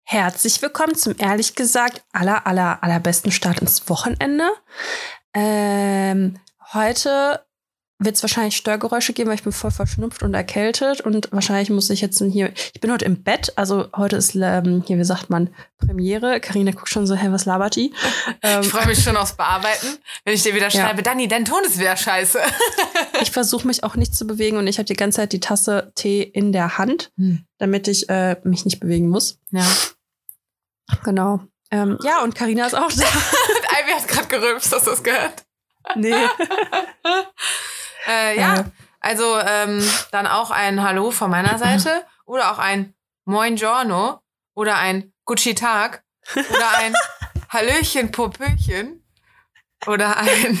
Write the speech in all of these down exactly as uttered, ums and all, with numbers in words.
Herzlich willkommen zum ehrlich gesagt aller, aller, allerbesten Start ins Wochenende. Ähm, heute wird es wahrscheinlich Störgeräusche geben, weil ich bin voll verschnupft und erkältet und wahrscheinlich muss ich jetzt hier, ich bin heute im Bett, also heute ist ähm, hier, wie sagt man, Premiere. Carina guckt schon so, hä, was labert die? Ähm, ich freue mich schon aufs Bearbeiten, wenn ich dir wieder schreibe, ja. Dani, dein Ton ist wieder scheiße. Ich versuche mich auch nicht zu bewegen und ich habe die ganze Zeit die Tasse Tee in der Hand, hm. damit ich äh, mich nicht bewegen muss. Ja. Genau. Ähm, ja, und Carina ist auch da. Ivy hat gerade gerülpst, hast du das gehört? Nee. Äh, ja, also ähm, dann auch ein Hallo von meiner Seite oder auch ein Moin Giorno oder ein Gucci Tag oder ein Hallöchen Popöchen oder ein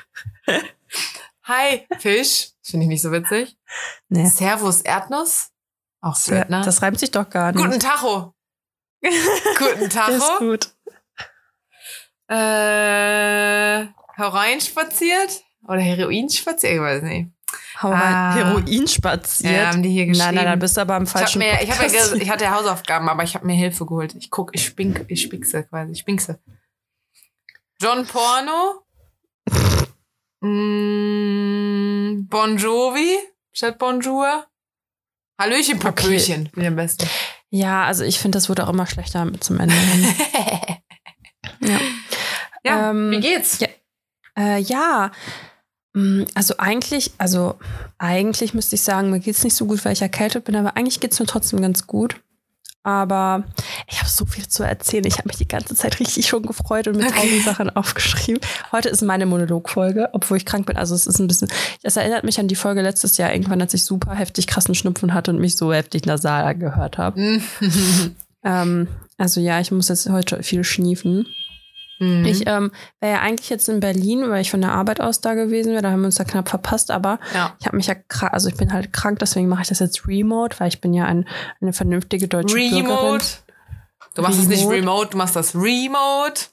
Hi Fisch, finde ich nicht so witzig. Nee. Servus Erdnuss, auch blöd, ne? Das reimt sich doch gar nicht. Guten Tacho. Guten Tacho. Ist gut. Äh, hereinspaziert? Oder Heroin spaziert? Ich weiß nicht. Hau rein. Ah. Heroin spaziert? Ja, haben die hier geschrieben. Nein, nein, dann bist du aber am falschen Ich, hab mir, ich, hab mir, ich hatte Hausaufgaben, aber ich habe mir Hilfe geholt. Ich guck, ich spink, ich spinkse quasi. Ich spinkse. John Porno. mm, Bon Jovi. Statt Bonjour. Hallöchen, Popöchen. Okay. Wie am besten. Ja, also ich finde, das wurde auch immer schlechter zum Ende. ja. Ja, ähm, wie geht's? Ja. Äh, ja, also eigentlich, also eigentlich müsste ich sagen, mir geht's nicht so gut, weil ich erkältet bin, aber eigentlich geht's mir trotzdem ganz gut. Aber ich habe so viel zu erzählen. Ich habe mich die ganze Zeit richtig schon gefreut und mit okay. tausend Sachen aufgeschrieben. Heute ist meine Monologfolge, obwohl ich krank bin. Also es ist ein bisschen, das erinnert mich an die Folge letztes Jahr irgendwann, als ich super heftig krassen Schnupfen hatte und mich so heftig nasal gehört habe. ähm, also ja, ich muss jetzt heute viel schniefen. Mhm. Ich ähm, wäre ja eigentlich jetzt in Berlin, weil ich von der Arbeit aus da gewesen wäre. Da haben wir uns da knapp verpasst. Aber ja. ich habe mich ja krank, also ich bin halt krank, deswegen mache ich das jetzt remote, weil ich bin ja ein, eine vernünftige deutsche Remote. Bürgerin. Du machst remote. Es nicht remote, du machst das remote.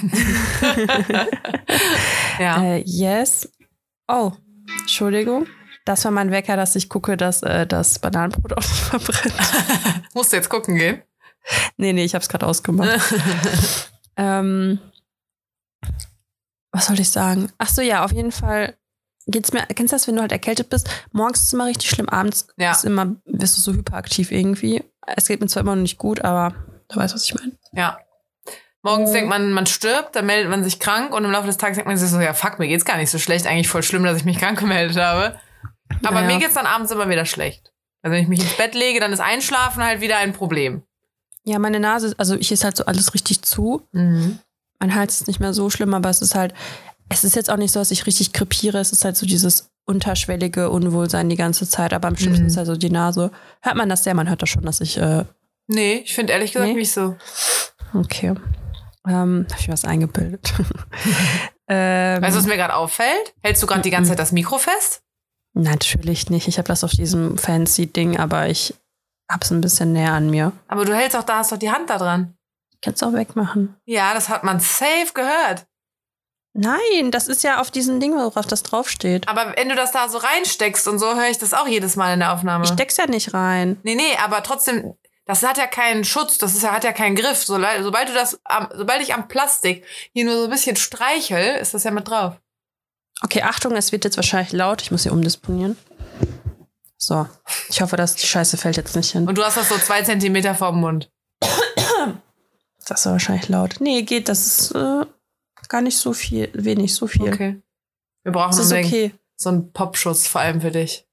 ja. Äh, yes. Oh, Entschuldigung. Das war mein Wecker, dass ich gucke, dass äh, das Bananenbrot auch nicht verbrennt. Musst du jetzt gucken gehen? Nee, nee, ich habe es gerade ausgemacht. ähm, was soll ich sagen? Ach so, ja, auf jeden Fall geht's mir, kennst du das, wenn du halt erkältet bist? Morgens ist es immer richtig schlimm, abends ja. ist immer, bist du so hyperaktiv irgendwie. Es geht mir zwar immer noch nicht gut, aber du weißt, was ich meine. Ja. Morgens oh. denkt man, man stirbt, dann meldet man sich krank und im Laufe des Tages denkt man sich so, ja fuck, mir geht's gar nicht so schlecht, eigentlich voll schlimm, dass ich mich krank gemeldet habe. Aber naja. mir geht's dann abends immer wieder schlecht. Also wenn ich mich ins Bett lege, dann ist Einschlafen halt wieder ein Problem. Ja, meine Nase, also ich ist halt so alles richtig zu. Mhm. Mein Hals ist nicht mehr so schlimm, aber es ist halt, es ist jetzt auch nicht so, dass ich richtig krepiere. Es ist halt so dieses unterschwellige Unwohlsein die ganze Zeit. Aber am schlimmsten mhm. ist halt so die Nase. Hört man das sehr? Man hört das schon, dass ich... Äh, nee, ich finde ehrlich gesagt nee? nicht so. Okay. Ähm, hab ich was eingebildet. ähm, weißt du, was mir gerade auffällt? Hältst du gerade die ganze Zeit das Mikro fest? Natürlich nicht. Ich habe das auf diesem fancy Ding, aber ich hab's ein bisschen näher an mir. Aber du hältst auch da, hast doch die Hand da dran. Kannst du auch wegmachen. Ja, das hat man safe gehört. Nein, das ist ja auf diesem Ding, worauf das draufsteht. Aber wenn du das da so reinsteckst und so, höre ich das auch jedes Mal in der Aufnahme. Ich steck's ja nicht rein. Nee, nee, aber trotzdem, das hat ja keinen Schutz, das ist ja, hat ja keinen Griff. So, sobald du das, sobald ich am Plastik hier nur so ein bisschen streichel, ist das ja mit drauf. Okay, Achtung, es wird jetzt wahrscheinlich laut. Ich muss hier umdisponieren. So, ich hoffe, dass die Scheiße fällt jetzt nicht hin. Und du hast das so zwei Zentimeter vorm Mund. Das ist wahrscheinlich laut. Nee, geht, das ist äh, gar nicht so viel, wenig, so viel. Okay. Wir brauchen das ist okay. So einen Popschutz, vor allem für dich.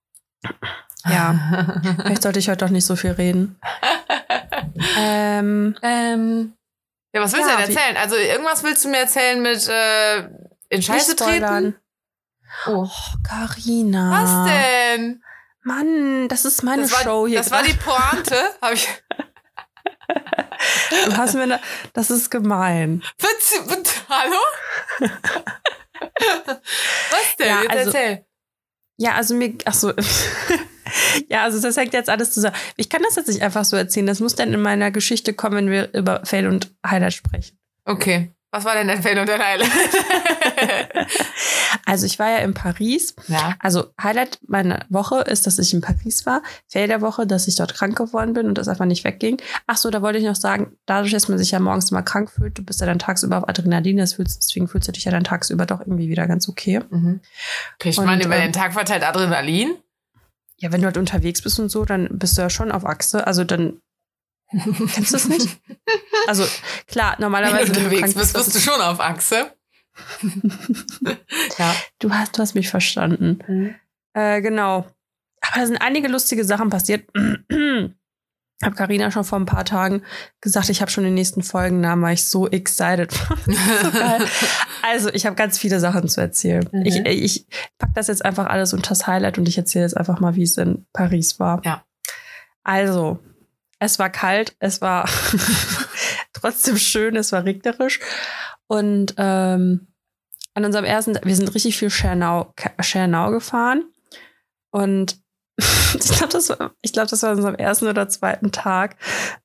Ja, vielleicht sollte ich heute doch nicht so viel reden. ähm, ähm, ja, was willst ja, du denn erzählen? Also irgendwas willst du mir erzählen mit äh, in Scheiße treten? Oh, Carina. Was denn? Mann, das ist meine das war, Show hier. Das war die Pointe. Hab ich du hast mir da, das ist gemein. Bitte, bitte, hallo? Was denn? Ja, jetzt also, erzähl. Ja, also mir, ach so. Ja, also das hängt jetzt alles zusammen. Ich kann das jetzt nicht einfach so erzählen. Das muss dann in meiner Geschichte kommen, wenn wir über Fail und Highlight sprechen. Okay. Was war denn dein Fail und dein Highlight? Also ich war ja in Paris. Ja. Also Highlight meiner Woche ist, dass ich in Paris war. Fail der Woche, dass ich dort krank geworden bin und das einfach nicht wegging. Ach so, da wollte ich noch sagen, dadurch, dass man sich ja morgens immer krank fühlt, du bist ja dann tagsüber auf Adrenalin, das fühlst, deswegen fühlst du dich ja dann tagsüber doch irgendwie wieder ganz okay. Mhm. Kriegt man über ähm, den Tag verteilt Adrenalin? Ja, wenn du halt unterwegs bist und so, dann bist du ja schon auf Achse. Also dann kennst du es nicht? Also klar, normalerweise wenn du unterwegs bist, bist du schon auf Achse. Ja. Du hast, du hast mich verstanden. Mhm. Äh, genau. Aber da sind einige lustige Sachen passiert. Ich habe Carina schon vor ein paar Tagen gesagt, ich habe schon den nächsten Folgennamen, weil ich so excited war. So geil. Also, ich habe ganz viele Sachen zu erzählen. Mhm. Ich, ich pack das jetzt einfach alles unter das Highlight und ich erzähle jetzt einfach mal, wie es in Paris war. Ja. Also, es war kalt, es war trotzdem schön, es war regnerisch. Und ähm, an unserem ersten, wir sind richtig viel Schernau, Schernau gefahren. Und ich glaube, das, ich glaub, das war an unserem ersten oder zweiten Tag.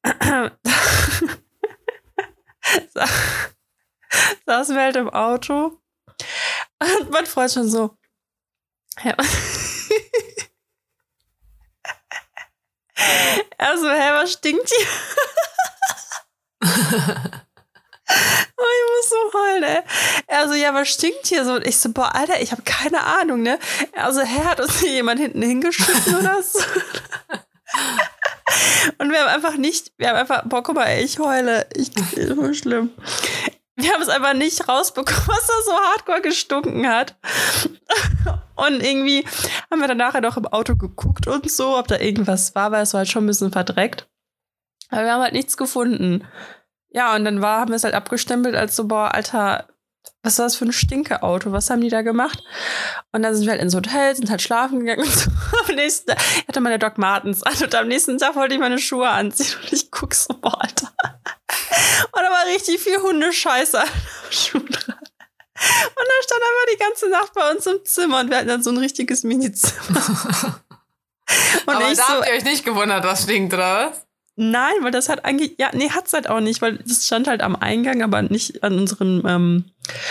Sa saßen wir halt im Auto. Und mein Freund schon so. Ja. Er so, hä, was stinkt hier? Oh, ich muss so heulen, ey. Er so, ja, was stinkt hier so? Und ich so, boah, Alter, ich habe keine Ahnung, ne? Er so, hä, hat uns hier jemand hinten hingeschissen oder so? Und wir haben einfach nicht, wir haben einfach, boah, guck mal, ey, ich heule. Ich, ist voll schlimm. Wir haben es einfach nicht rausbekommen, was da so hardcore gestunken hat. Und irgendwie haben wir dann nachher noch im Auto geguckt und so, ob da irgendwas war, weil es war halt schon ein bisschen verdreckt. Aber wir haben halt nichts gefunden. Ja, und dann war, haben wir es halt abgestempelt als so, boah, Alter, was war das für ein Stinke-Auto? Was haben die da gemacht? Und dann sind wir halt ins Hotel, sind halt schlafen gegangen und so. Am nächsten Tag, ich hatte meine Doc Martens an und am nächsten Tag wollte ich meine Schuhe anziehen und ich guck so, boah, Alter. Und da war richtig viel Hundescheiße an den Schuhen dran. Und da stand einfach die ganze Nacht bei uns im Zimmer und wir hatten dann so ein richtiges Minizimmer. Und aber ich da so, habt ihr euch nicht gewundert, was stinkt, oder was? Nein, weil das hat eigentlich, ja, nee, hat's halt auch nicht, weil das stand halt am Eingang, aber nicht an unserem ähm,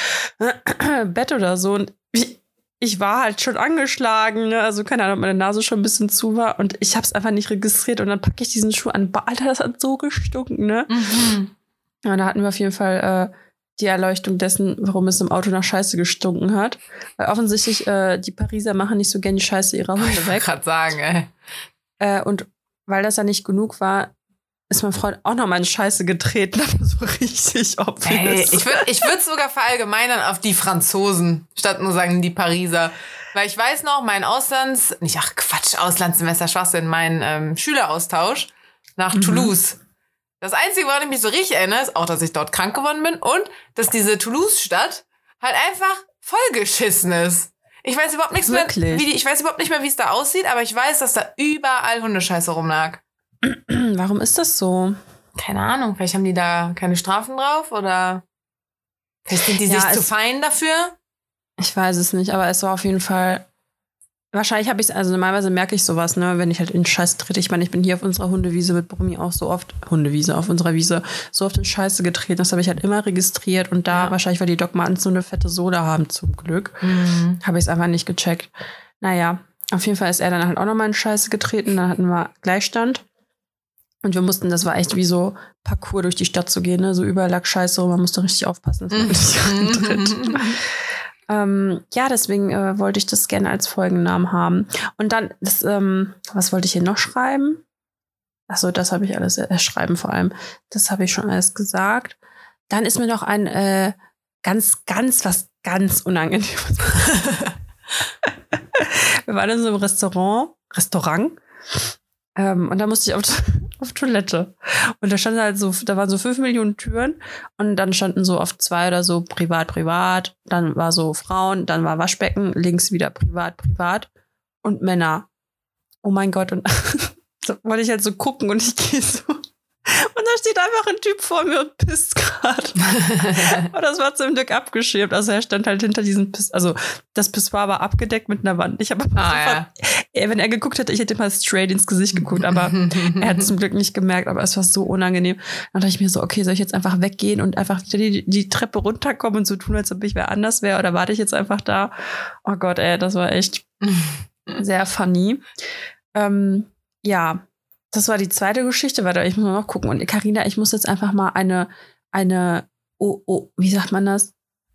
Bett oder so. Und ich, ich war halt schon angeschlagen, ne? Also keine Ahnung, ob meine Nase schon ein bisschen zu war und ich hab's einfach nicht registriert und dann packe ich diesen Schuh an. Boah, Alter, das hat so gestunken, ne? Mhm. Ja, da hatten wir auf jeden Fall äh, die Erleuchtung dessen, warum es im Auto nach Scheiße gestunken hat. Weil offensichtlich äh, die Pariser machen nicht so gern die Scheiße ihrer Hunde weg. Ich wollte gerade sagen, ey. Äh, und weil das ja nicht genug war, ist mein Freund auch noch mal in Scheiße getreten, aber so richtig obvious. Hey, ich würde ich würd sogar verallgemeinern auf die Franzosen, statt nur sagen die Pariser. Weil ich weiß noch, mein Auslands... Nicht, ach Quatsch, Auslandssemester, Schwachsinn, mein ähm, Schüleraustausch nach mhm. Toulouse. Das Einzige, woran ich mich so richtig erinnere, ist auch, dass ich dort krank geworden bin und dass diese Toulouse-Stadt halt einfach vollgeschissen ist. Ich weiß überhaupt nichts mehr, wie die, ich weiß überhaupt nicht mehr, wie es da aussieht, aber ich weiß, dass da überall Hundescheiße rumlag. Warum ist das so? Keine Ahnung, vielleicht haben die da keine Strafen drauf oder vielleicht sind die ja, sich zu fein dafür. Ich weiß es nicht, aber es war auf jeden Fall, wahrscheinlich habe ich es, also normalerweise merke ich sowas, ne, wenn ich halt in Scheiße trete. Ich meine, ich bin hier auf unserer Hundewiese mit Brummi auch so oft, Hundewiese auf unserer Wiese, so oft in Scheiße getreten. Das habe ich halt immer registriert und da ja. wahrscheinlich, weil die Doc Martens so eine fette Sohle haben, zum Glück, mhm. habe ich es einfach nicht gecheckt. Naja, auf jeden Fall ist er dann halt auch nochmal in Scheiße getreten, dann hatten wir Gleichstand. Und wir mussten, das war echt wie so Parcours durch die Stadt zu gehen, ne? So überall lag Scheiße rum, man musste richtig aufpassen, dass man nicht reintritt. ähm, ja, deswegen äh, wollte ich das gerne als Folgennamen haben. Und dann, das, ähm, was wollte ich hier noch schreiben? Achso, das habe ich alles, äh, schreiben vor allem. Das habe ich schon alles gesagt. Dann ist mir noch ein äh, ganz, ganz, was ganz Unangenehmes. Wir waren in so einem Restaurant, Restaurant, ähm, und da musste ich auf auf Toilette. Und da standen halt so, da waren so fünf Millionen Türen und dann standen so auf zwei oder so privat, privat, dann war so Frauen, dann war Waschbecken, links wieder privat, privat und Männer. Oh mein Gott, und da wollte ich halt so gucken und ich gehe so Und da steht einfach ein Typ vor mir und pisst gerade. Und das war zum Glück abgeschirmt. Also er stand halt hinter diesem Piss, also das Pissoir war abgedeckt mit einer Wand. Ich habe aber ah, sofort, ja. wenn er geguckt hätte, ich hätte mal straight ins Gesicht geguckt, aber er hat es zum Glück nicht gemerkt, aber es war so unangenehm. Dann dachte ich mir so, okay, soll ich jetzt einfach weggehen und einfach wieder die, die Treppe runterkommen und so tun, als ob ich wer anders wäre, oder warte ich jetzt einfach da? Oh Gott, ey, das war echt sehr funny. Ähm, ja, das war die zweite Geschichte, warte, ich muss mal noch gucken. Und Carina, ich muss jetzt einfach mal eine, eine, oh, oh, wie sagt man das?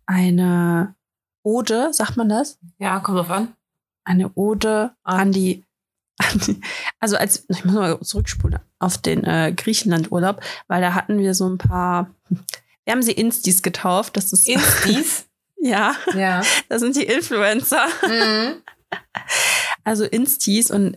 Eine Ode, sagt man das? Ja, kommt drauf an. Eine Ode ah. an, die, an die, also als, ich muss mal zurückspulen, auf den äh, Griechenland-Urlaub, weil da hatten wir so ein paar, wir haben sie Instis getauft. Das ist Instis? ja, ja, das sind die Influencer. Mhm. Also Instis, und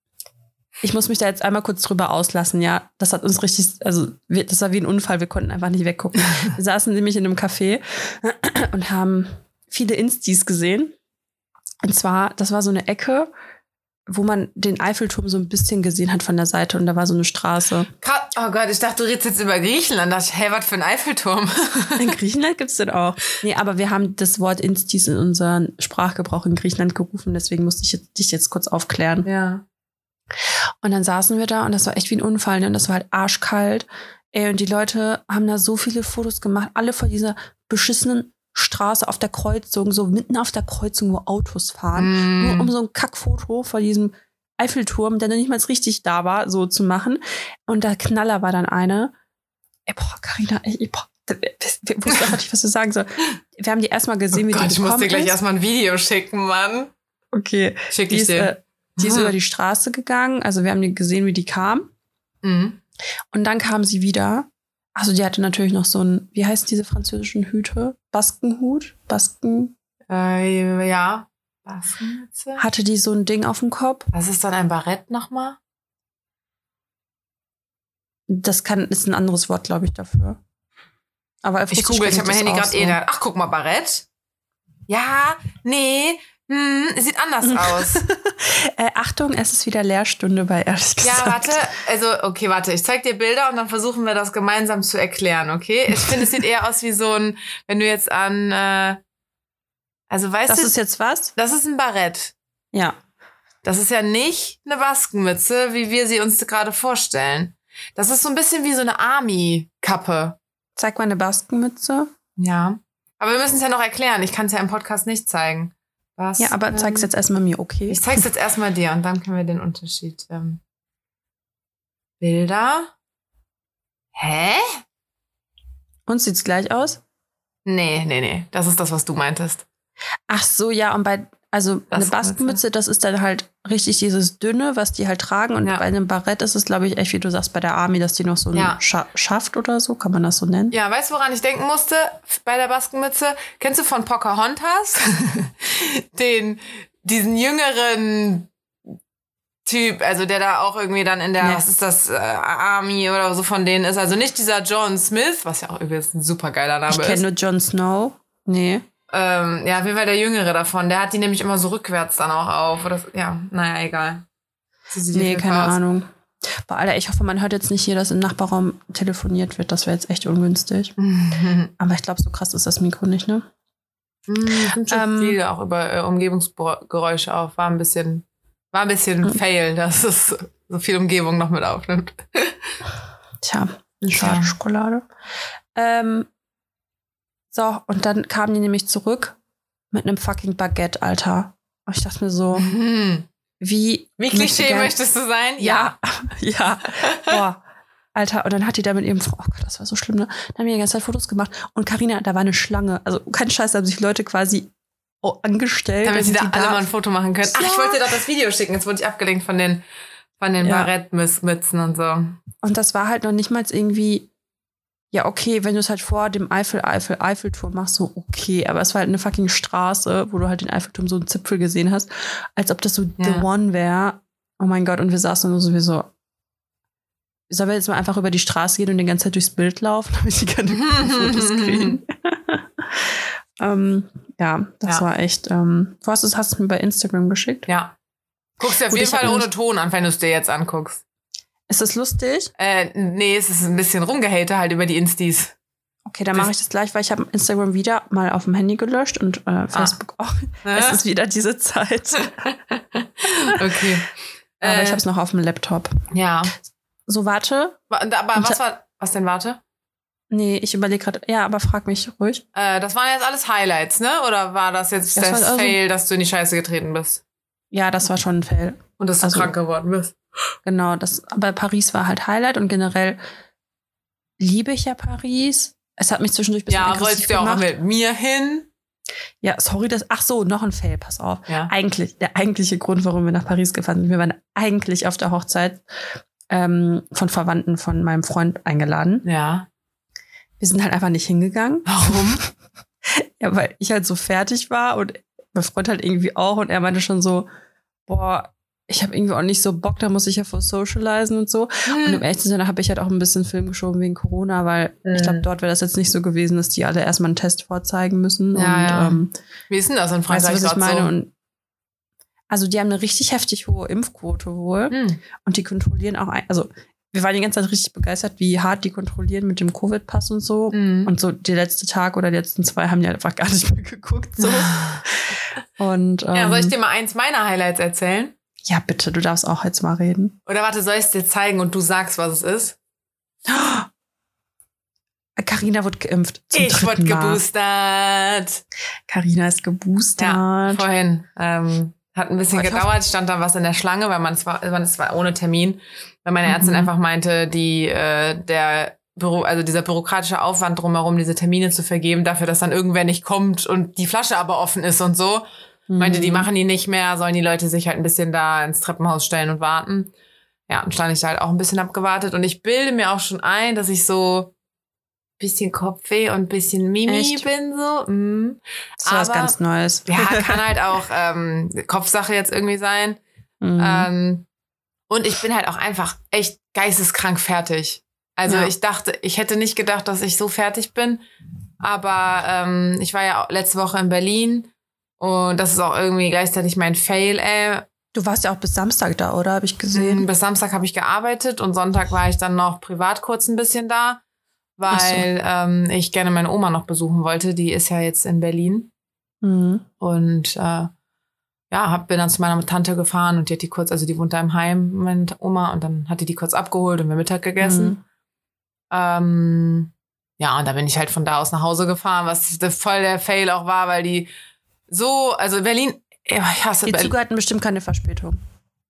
ich muss mich da jetzt einmal kurz drüber auslassen, ja. Das hat uns richtig, also wir, das war wie ein Unfall, wir konnten einfach nicht weggucken. Wir saßen nämlich in einem Café und haben viele Instis gesehen. Und zwar, das war so eine Ecke, wo man den Eiffelturm so ein bisschen gesehen hat von der Seite, und da war so eine Straße. Oh Gott, ich dachte, du redest jetzt über Griechenland. Da dachte ich, hey, was für ein Eiffelturm? In Griechenland gibt's den auch. Nee, aber wir haben das Wort Instis in unseren Sprachgebrauch in Griechenland gerufen, deswegen musste ich jetzt, dich jetzt kurz aufklären. Ja. Und dann saßen wir da und das war echt wie ein Unfall, ne? Und das war halt arschkalt. Ey, und die Leute haben da so viele Fotos gemacht, alle vor dieser beschissenen Straße auf der Kreuzung, so mitten auf der Kreuzung, wo Autos fahren. Mm. Nur um so ein Kackfoto von diesem Eiffelturm, der noch nicht mal richtig da war, so zu machen. Und der Knaller war dann eine. Ey, boah, Carina, ey, boah, ich wusste einfach nicht, was du sagen soll. Wir haben die erstmal gesehen, oh wie Gott, die ich muss dir gleich ist. erstmal ein Video schicken, Mann. Okay. Schick ich dir. Äh, Die ist über die Straße gegangen. Also wir haben die gesehen, wie die kam. Mhm. Und dann kam sie wieder. Also die hatte natürlich noch so ein, wie heißen diese französischen Hüte? Baskenhut? Basken? Äh, ja. Baskenmütze? Hatte die so ein Ding auf dem Kopf? Was ist dann ein Barett nochmal? Das kann, ist ein anderes Wort, glaube ich, dafür. Aber ich google, ich habe mein Handy gerade so. eh da. Ach, guck mal, Barett. Ja, nee. Hm, sieht anders aus. äh, Achtung, es ist wieder Lehrstunde bei ehrlich gesagt. Ja, warte, also, okay, warte, ich zeig dir Bilder und dann versuchen wir das gemeinsam zu erklären, okay? Ich finde, es sieht eher aus wie so ein, wenn du jetzt an, äh, also weißt das du. Das ist jetzt was? Das ist ein Barett. Ja. Das ist ja nicht eine Baskenmütze, wie wir sie uns gerade vorstellen. Das ist so ein bisschen wie so eine Army-Kappe. Zeig mal eine Baskenmütze. Ja. Aber wir müssen es ja noch erklären. Ich kann es ja im Podcast nicht zeigen. Was, ja, aber zeig's jetzt erstmal mir, okay? Ich zeig's jetzt erstmal dir und dann können wir den Unterschied. Ähm, Bilder. Hä? Und sieht's gleich aus? Nee, nee, nee. Das ist das, was du meintest. Ach so, ja, und bei, also das eine Baskenmütze, das ist dann halt richtig dieses Dünne, was die halt tragen. Und ja. bei einem Barett ist es, glaube ich, echt, wie du sagst, bei der Army, dass die noch so einen ja. Scha- Schaft oder so, kann man das so nennen? Ja, weißt du, woran ich denken musste bei der Baskenmütze? Kennst du von Pocahontas? Den, diesen jüngeren Typ, also der da auch irgendwie dann in der, ja. was ist das, äh, Army oder so von denen ist. Also nicht dieser John Smith, was ja auch übrigens ein super geiler Name ich ist. Ich kenne nur Jon Snow. Nee. Ähm, ja, auf jeden Fall der Jüngere davon. Der hat die nämlich immer so rückwärts dann auch auf. Oder, ja, naja, egal. Nee, keine aus. Ahnung. Boah, Alter, ich hoffe, man hört jetzt nicht hier, dass im Nachbarraum telefoniert wird. Das wäre jetzt echt ungünstig. Aber ich glaube, so krass ist das Mikro nicht, ne? Mhm, sind schon ähm, viel auch über äh, Umgebungsgeräusche auf. War ein bisschen, war ein bisschen mhm. fail, dass es so viel Umgebung noch mit aufnimmt. Tja, schade Schokolade. Ähm, So, und dann kamen die nämlich zurück mit einem fucking Baguette, Alter. Und ich dachte mir so, mhm. wie... Wie Klischee möchtest du sein? Ja. Ja. ja. Boah, Alter. Und dann hat die da mit ihrem... Oh Gott, das war so schlimm, ne? Dann haben wir die ganze Zeit Fotos gemacht. Und Carina, da war eine Schlange. Also kein Scheiß, da haben sich Leute quasi angestellt. Damit sie da alle da mal ein Foto machen können. Ja. Ach, ich wollte dir doch das Video schicken. Jetzt wurde ich abgelenkt von den, von den ja. Barettmützen und so. Und das war halt noch nicht mal irgendwie... Ja, okay, wenn du es halt vor dem Eifel, Eifel, Eiffelturm machst, so okay. Aber es war halt eine fucking Straße, wo du halt den Eiffelturm so einen Zipfel gesehen hast. Als ob das so ja. the one wäre. Oh mein Gott, und wir saßen nur sowieso. Sollen wir jetzt mal einfach über die Straße gehen und die ganze Zeit durchs Bild laufen, damit die keine Fotos kriegen? ähm, ja, das ja. war echt. Ähm, du hast es hast du mir bei Instagram geschickt? Ja. Guckst dir auf Gut, jeden Fall ohne Ton an, wenn du es dir jetzt anguckst. Ist das lustig? Äh, nee, es ist ein bisschen rumgehatet halt über die Instis. Okay, dann mache ich das gleich, weil ich habe Instagram wieder mal auf dem Handy gelöscht und äh, Facebook ah. auch. Ja? Es ist wieder diese Zeit. Okay. Aber äh, ich habe es noch auf dem Laptop. Ja. So, warte. Aber was war, was denn, warte? Nee, ich überlege gerade, ja, aber frag mich ruhig. Äh, das waren jetzt alles Highlights, ne? Oder war das jetzt das, das also, Fail, dass du in die Scheiße getreten bist? Ja, das war schon ein Fail. Und dass du also, krank geworden bist. Genau, das, aber Paris war halt Highlight und generell liebe ich ja Paris. Es hat mich zwischendurch ein bisschen ja, wolltest du auch mit mir hin? Ja, sorry, das, ach so, noch ein Fail, pass auf. Ja. Eigentlich, der eigentliche Grund, warum wir nach Paris gefahren sind, wir waren eigentlich auf der Hochzeit ähm, von Verwandten von meinem Freund eingeladen. Ja. Wir sind halt einfach nicht hingegangen. Warum? Ja, weil ich halt so fertig war und mein Freund halt irgendwie auch und er meinte schon so, boah, ich habe irgendwie auch nicht so Bock, da muss ich ja voll socialisen und so. Hm. Und im echten Sinne habe ich halt auch ein bisschen Film geschoben wegen Corona, weil hm. ich glaube, dort wäre das jetzt nicht so gewesen, dass die alle erstmal einen Test vorzeigen müssen. Ja, und, ja. Ähm, Wie ist denn das in Frankreich? Weißt du, was ich meine? So? Und also die haben eine richtig heftig hohe Impfquote wohl. Hm. Und die kontrollieren auch, ein, also wir waren die ganze Zeit richtig begeistert, wie hart die kontrollieren mit dem Covid-Pass und so. Mhm. Und so die letzte Tag oder die letzten zwei haben die einfach gar nicht mehr geguckt. So. Und, ähm, ja, soll ich dir mal eins meiner Highlights erzählen? Ja, bitte, du darfst auch jetzt mal reden. Oder warte, soll ich es dir zeigen und du sagst, was es ist? Carina wurde geimpft. Ich wurde geboostert. Carina ist geboostert. Ja, vorhin. Ähm, hat ein bisschen oh, gedauert, stand dann was in der Schlange, weil man es war, man es war ohne Termin. Weil meine Ärztin mhm. einfach meinte, die, äh, der Büro, also dieser bürokratische Aufwand drumherum, diese Termine zu vergeben, dafür, dass dann irgendwer nicht kommt und die Flasche aber offen ist und so. Mhm. Meinte, die machen die nicht mehr, sollen die Leute sich halt ein bisschen da ins Treppenhaus stellen und warten. Ja, und stand ich da halt auch ein bisschen abgewartet. Und ich bilde mir auch schon ein, dass ich so ein bisschen Kopfweh und ein bisschen Mimi Echt? bin, so. Mm. Das war was ganz Neues. Ja, kann halt auch ähm, Kopfsache jetzt irgendwie sein. Mhm. Ähm, Und ich bin halt auch einfach echt geisteskrank fertig. Also ja. ich dachte, ich hätte nicht gedacht, dass ich so fertig bin. Aber ähm, ich war ja letzte Woche in Berlin. Und das ist auch irgendwie gleichzeitig mein Fail, ey. Du warst ja auch bis Samstag da, oder? Habe ich gesehen. Bis Samstag habe ich gearbeitet. Und Sonntag war ich dann noch privat kurz ein bisschen da. Weil so. ähm, ich gerne meine Oma noch besuchen wollte. Die ist ja jetzt in Berlin. Mhm. Und äh, ja, hab, bin dann zu meiner Tante gefahren und die hat die kurz, also die wohnt da im Heim, meine Oma, und dann hat die die kurz abgeholt und wir Mittag gegessen. Mhm. Ähm, ja, und da bin ich halt von da aus nach Hause gefahren, was voll der Fail auch war, weil die so, also Berlin, ich hasse die Berlin. Die Züge hatten bestimmt keine Verspätung.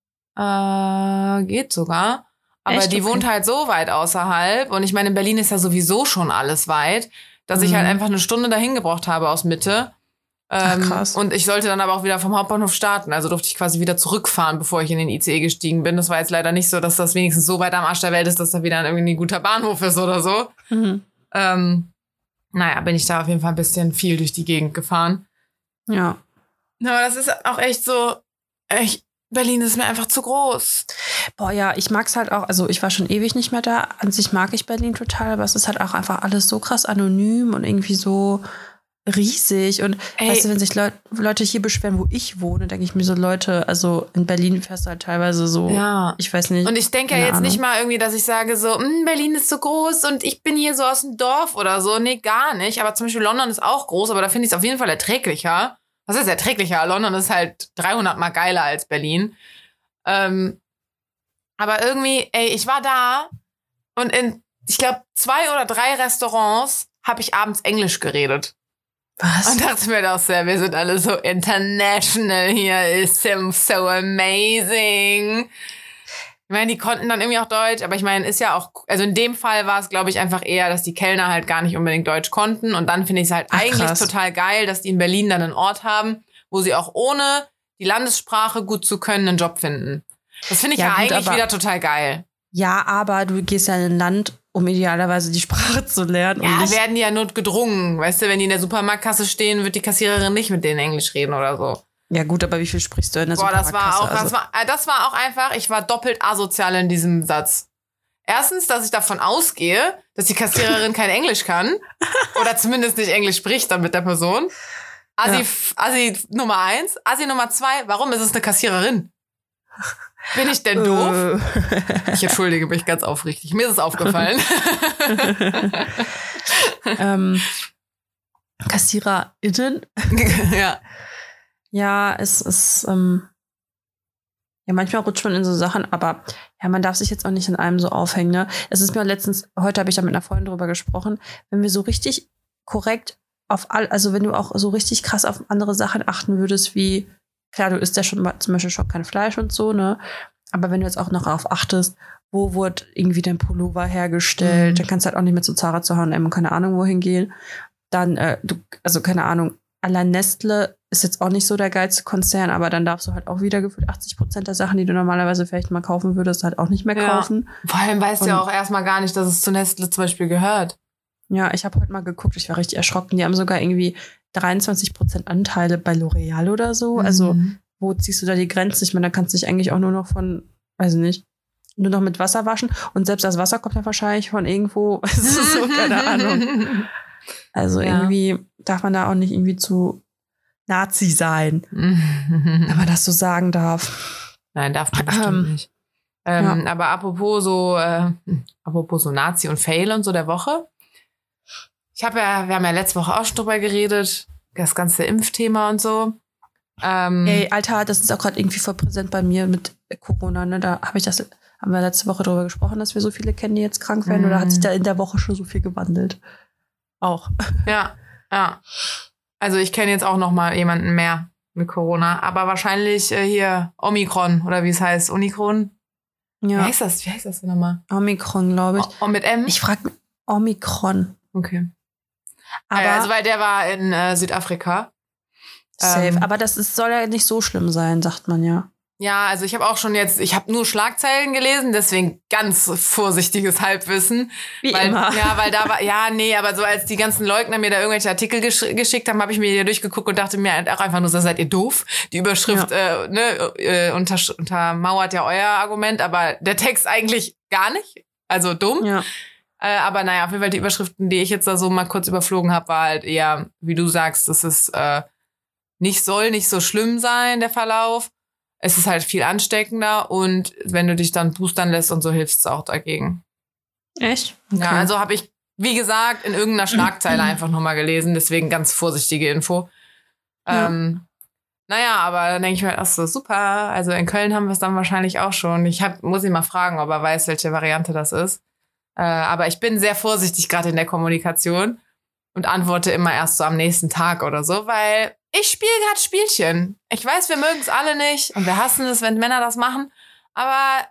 Äh, geht sogar. Aber Echt? die okay. wohnt halt so weit außerhalb und ich meine, in Berlin ist ja sowieso schon alles weit, dass mhm. ich halt einfach eine Stunde dahin gebraucht habe aus Mitte. Ach, krass. Und ich sollte dann aber auch wieder vom Hauptbahnhof starten. Also durfte ich quasi wieder zurückfahren, bevor ich in den I C E gestiegen bin. Das war jetzt leider nicht so, dass das wenigstens so weit am Arsch der Welt ist, dass da wieder irgendwie ein guter Bahnhof ist oder so. Mhm. Ähm, naja, bin ich da auf jeden Fall ein bisschen viel durch die Gegend gefahren. Ja. Aber das ist auch echt so, echt, Berlin ist mir einfach zu groß. Boah, ja, ich mag's halt auch, also ich war schon ewig nicht mehr da. An sich mag ich Berlin total, aber es ist halt auch einfach alles so krass anonym und irgendwie so riesig. Und Ey. weißt du, wenn sich Leut, Leute hier beschweren, wo ich wohne, denke ich mir so, Leute, also in Berlin fährst du halt teilweise so, ja. ich weiß nicht. Und ich denke ja jetzt Ahnung. nicht mal irgendwie, dass ich sage so, Berlin ist so groß und ich bin hier so aus dem Dorf oder so. Nee, gar nicht. Aber zum Beispiel London ist auch groß, aber da finde ich es auf jeden Fall erträglicher. Was ist erträglicher? London ist halt dreihundert Mal geiler als Berlin. Ähm, aber irgendwie, ey, ich war da und in, ich glaube, zwei oder drei Restaurants habe ich abends Englisch geredet. Was? Und dachte mir doch sehr, wir sind alle so international hier, ist so amazing. Ich meine, die konnten dann irgendwie auch Deutsch, aber ich meine, ist ja auch, also in dem Fall war es, glaube ich, einfach eher, dass die Kellner halt gar nicht unbedingt Deutsch konnten. Und dann finde ich es halt Ach, eigentlich krass. total geil, dass die in Berlin dann einen Ort haben, wo sie auch ohne die Landessprache gut zu können einen Job finden. Das finde ich ja, ja gut, eigentlich wieder total geil. Ja, aber du gehst ja in ein Land, um idealerweise die Sprache zu lernen. Ja, und nicht werden die ja notgedrungen. Weißt du, wenn die in der Supermarktkasse stehen, wird die Kassiererin nicht mit denen Englisch reden oder so. Ja gut, aber wie viel sprichst du in der Boah, das Supermarktkasse? war auch, also? das war, das war auch einfach, ich war doppelt asozial in diesem Satz. Erstens, dass ich davon ausgehe, dass die Kassiererin kein Englisch kann. Oder zumindest nicht Englisch spricht dann mit der Person. Assi, ja. Assi Nummer eins. Assi Nummer zwei, warum ist es eine Kassiererin? Bin ich denn doof? Ich entschuldige mich ganz aufrichtig. Mir ist es aufgefallen. ähm, KassiererInnen. Ja. Ja, es ist, ähm, ja, manchmal rutscht man in so Sachen, aber ja, man darf sich jetzt auch nicht in einem so aufhängen, ne? Es ist mir letztens, heute habe ich da mit einer Freundin drüber gesprochen, wenn wir so richtig korrekt auf all, also wenn du auch so richtig krass auf andere Sachen achten würdest, wie, klar, du isst ja schon mal zum Beispiel schon kein Fleisch und so, ne? Aber wenn du jetzt auch noch darauf achtest, wo wurde irgendwie dein Pullover hergestellt, mhm. dann kannst du halt auch nicht mehr zu Zara, zu H und M und keine Ahnung wohin gehen. Dann, äh, du, also keine Ahnung, allein Nestle ist jetzt auch nicht so der geilste Konzern, aber dann darfst du halt auch wieder gefühlt achtzig Prozent der Sachen, die du normalerweise vielleicht mal kaufen würdest, halt auch nicht mehr kaufen. Ja. Vor allem weißt du ja auch erstmal gar nicht, dass es zu Nestle zum Beispiel gehört. Ja, ich habe heute mal geguckt, ich war richtig erschrocken. Die haben sogar irgendwie dreiundzwanzig Prozent Anteile bei L'Oreal oder so. Mhm. Also, wo ziehst du da die Grenze? Ich meine, da kannst du dich eigentlich auch nur noch von, weiß ich nicht, nur noch mit Wasser waschen. Und selbst das Wasser kommt ja wahrscheinlich von irgendwo. Es ist so, keine Ahnung. Also ja. irgendwie darf man da auch nicht irgendwie zu Nazi sein, wenn man das so sagen darf. Nein, darf man bestimmt ähm, nicht. Ähm, ja. Aber apropos so, äh, apropos so Nazi und Fail und so der Woche. Ich habe ja, wir haben ja letzte Woche auch schon drüber geredet, das ganze Impfthema und so. Ähm, Ey, Alter, das ist auch gerade irgendwie voll präsent bei mir mit Corona, ne? Da habe ich das, haben wir letzte Woche drüber gesprochen, dass wir so viele kennen, die jetzt krank werden, oder hat sich da in der Woche schon so viel gewandelt? Auch. Ja, ja. Also ich kenne jetzt auch noch mal jemanden mehr mit Corona, aber wahrscheinlich äh, hier Omikron oder wie es heißt, Unikron. Ja. Wie heißt das? Wie heißt das denn nochmal? Omikron, glaube ich. O- mit M? Ich frage mich, Omikron. Okay. Aber äh, also weil der war in äh, Südafrika. Safe. Ähm, aber das ist, soll ja nicht so schlimm sein, sagt man ja. Ja, also ich habe auch schon jetzt, ich habe nur Schlagzeilen gelesen, deswegen ganz vorsichtiges Halbwissen. Wie weil, immer. Ja, weil da war, ja, nee, aber so als die ganzen Leugner mir da irgendwelche Artikel gesch- geschickt haben, habe ich mir die durchgeguckt und dachte mir auch einfach nur, so seid ihr doof. Die Überschrift ja. äh, ne, äh, unter, untermauert ja euer Argument, aber der Text eigentlich gar nicht. Also dumm. Ja. Äh, aber naja, auf jeden Fall die Überschriften, die ich jetzt da so mal kurz überflogen habe, war halt eher, wie du sagst, das ist äh, nicht soll nicht so schlimm sein, der Verlauf. Es ist halt viel ansteckender und wenn du dich dann boostern lässt und so, hilft es auch dagegen. Echt? Okay. Ja, also habe ich, wie gesagt, in irgendeiner Schlagzeile einfach nochmal gelesen, deswegen ganz vorsichtige Info. Ja. Ähm, naja, aber dann denke ich mir, ach so, super. Also in Köln haben wir es dann wahrscheinlich auch schon. Ich hab, muss ihn mal fragen, ob er weiß, welche Variante das ist. Äh, aber ich bin sehr vorsichtig gerade in der Kommunikation und antworte immer erst so am nächsten Tag oder so, weil ich spiele gerade Spielchen. Ich weiß, wir mögen es alle nicht und wir hassen es, wenn Männer das machen. Aber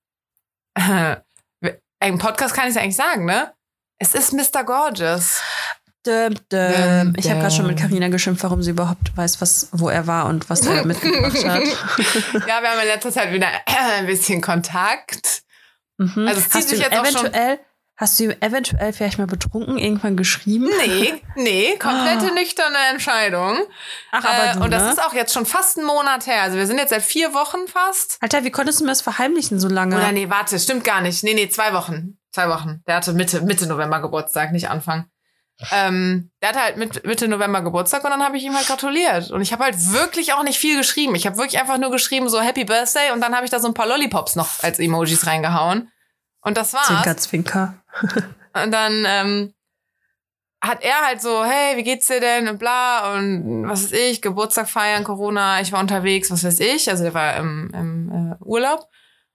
äh, im Podcast kann ich es eigentlich sagen, ne? Es ist Mister Gorgeous. Dum, dum. Ich habe gerade schon mit Carina geschimpft, warum sie überhaupt weiß, was, wo er war und was er mitgebracht hat. Ja, wir haben in letzter Zeit wieder ein bisschen Kontakt. Mhm. Also es zieht hast sich du jetzt auch schon... Hast du ihm eventuell vielleicht mal betrunken irgendwann geschrieben? Nee, nee, komplette oh. nüchterne Entscheidung. Ach, aber äh, du, Und das ne? ist auch jetzt schon fast einen Monat her. Also wir sind jetzt seit vier Wochen fast. Alter, wie konntest du mir das verheimlichen so lange? Oder nee, warte, stimmt gar nicht. Nee, nee, zwei Wochen. Zwei Wochen. Der hatte Mitte, Mitte November Geburtstag, nicht Anfang. Ähm, der hatte halt mit, Mitte November Geburtstag und dann habe ich ihm halt gratuliert. Und ich habe halt wirklich auch nicht viel geschrieben. Ich habe wirklich einfach nur geschrieben, so Happy Birthday und dann habe ich da so ein paar Lollipops noch als Emojis reingehauen. Und das war's. Zwinker, Zwinker. Und dann ähm, hat er halt so, hey, wie geht's dir denn? Und bla, und was weiß ich, Geburtstag feiern, Corona, ich war unterwegs, was weiß ich. Also der war im, im äh, Urlaub.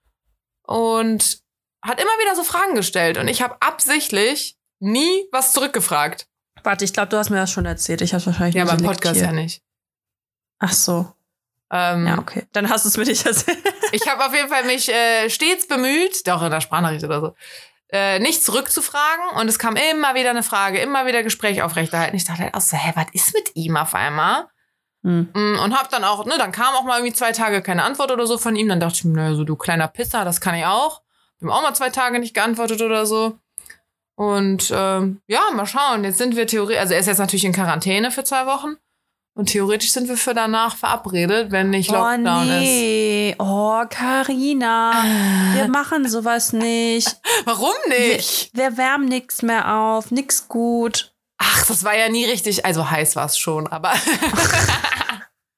Und hat immer wieder so Fragen gestellt. Und ich habe absichtlich nie was zurückgefragt. Warte, ich glaube, du hast mir das schon erzählt. Ich habe wahrscheinlich Ja, nur beim Podcast ja nicht. Ach so. Ähm, ja, okay. Dann hast du es mir nicht erzählt. Ich habe auf jeden Fall mich äh, stets bemüht, doch in der Sprachnachricht oder so, äh, nicht zurückzufragen. Und es kam immer wieder eine Frage, immer wieder Gespräch aufrechterhalten. Ich dachte halt auch so, hä, was ist mit ihm auf einmal? Hm. Und hab dann auch, ne, dann kam auch mal irgendwie zwei Tage keine Antwort oder so von ihm. Dann dachte ich mir, naja, so du kleiner Pisser, das kann ich auch. Wir haben auch mal zwei Tage nicht geantwortet oder so. Und ähm, ja, mal schauen. Jetzt sind wir theoretisch, also er ist jetzt natürlich in Quarantäne für zwei Wochen. Und theoretisch sind wir für danach verabredet, wenn nicht Lockdown oh, nee. ist. Oh, Carina, wir machen sowas nicht. Warum nicht? Wir, wir wärmen nichts mehr auf, nix gut. Ach, das war ja nie richtig, also heiß war es schon, aber...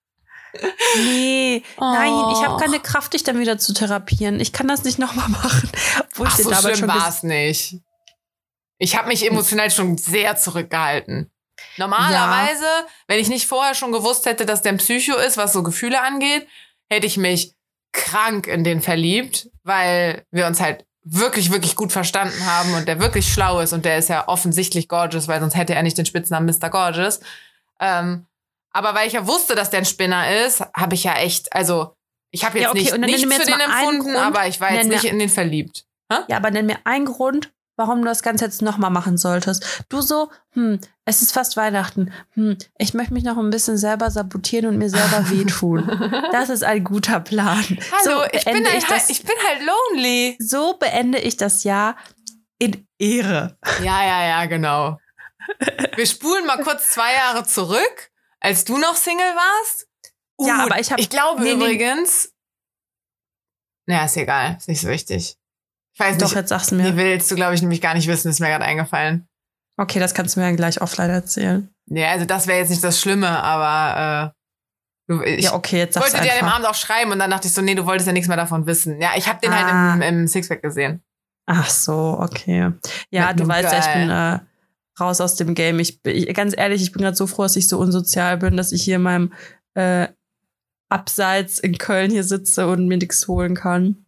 Nee, Oh. nein, ich habe keine Kraft, dich dann wieder zu therapieren. Ich kann das nicht nochmal machen. Obwohl Ach, ich dir so damals schlimm schon war es nicht. Ich habe mich emotional schon sehr zurückgehalten. Normalerweise, ja. wenn ich nicht vorher schon gewusst hätte, dass der ein Psycho ist, was so Gefühle angeht, hätte ich mich krank in den verliebt, weil wir uns halt wirklich, wirklich gut verstanden haben und der wirklich schlau ist und der ist ja offensichtlich gorgeous, weil sonst hätte er nicht den Spitznamen Mister Gorgeous. Ähm, aber weil ich ja wusste, dass der ein Spinner ist, habe ich ja echt, also ich habe jetzt ja, okay, nicht nichts für den empfunden, Grund, aber ich war jetzt nicht in den verliebt. Hä? Ja, aber nenn mir einen Grund, warum du das Ganze jetzt nochmal machen solltest. Du so, hm, es ist fast Weihnachten. Hm, ich möchte mich noch ein bisschen selber sabotieren und mir selber wehtun. Das ist ein guter Plan. Hallo, so ich, bin ich, halt, das, ich bin halt lonely. So beende ich das Jahr in Ehre. Ja, ja, ja, genau. Wir spulen mal kurz zwei Jahre zurück, als du noch Single warst. Uh, ja, aber ich habe... Ich glaube nee, übrigens... Nee. Naja, ist egal. Ist nicht so wichtig. Ich weiß Doch, nicht. jetzt sag's mir. Die willst du, glaube ich, nämlich gar nicht wissen. Ist mir gerade eingefallen. Okay, das kannst du mir dann gleich offline erzählen. Ja, also das wäre jetzt nicht das Schlimme, aber äh, ich ja, okay, jetzt sag's wollte dir einfach. an dem Abend auch schreiben und dann dachte ich so, nee, du wolltest ja nichts mehr davon wissen. Ja, ich habe den ah. halt im, im Sixpack gesehen. Ach so, okay. Ja, Mit du weißt ja, ich bin äh, raus aus dem Game. Ich, ich ganz ehrlich, ich bin gerade so froh, dass ich so unsozial bin, dass ich hier in meinem äh, Abseits in Köln hier sitze und mir nichts holen kann.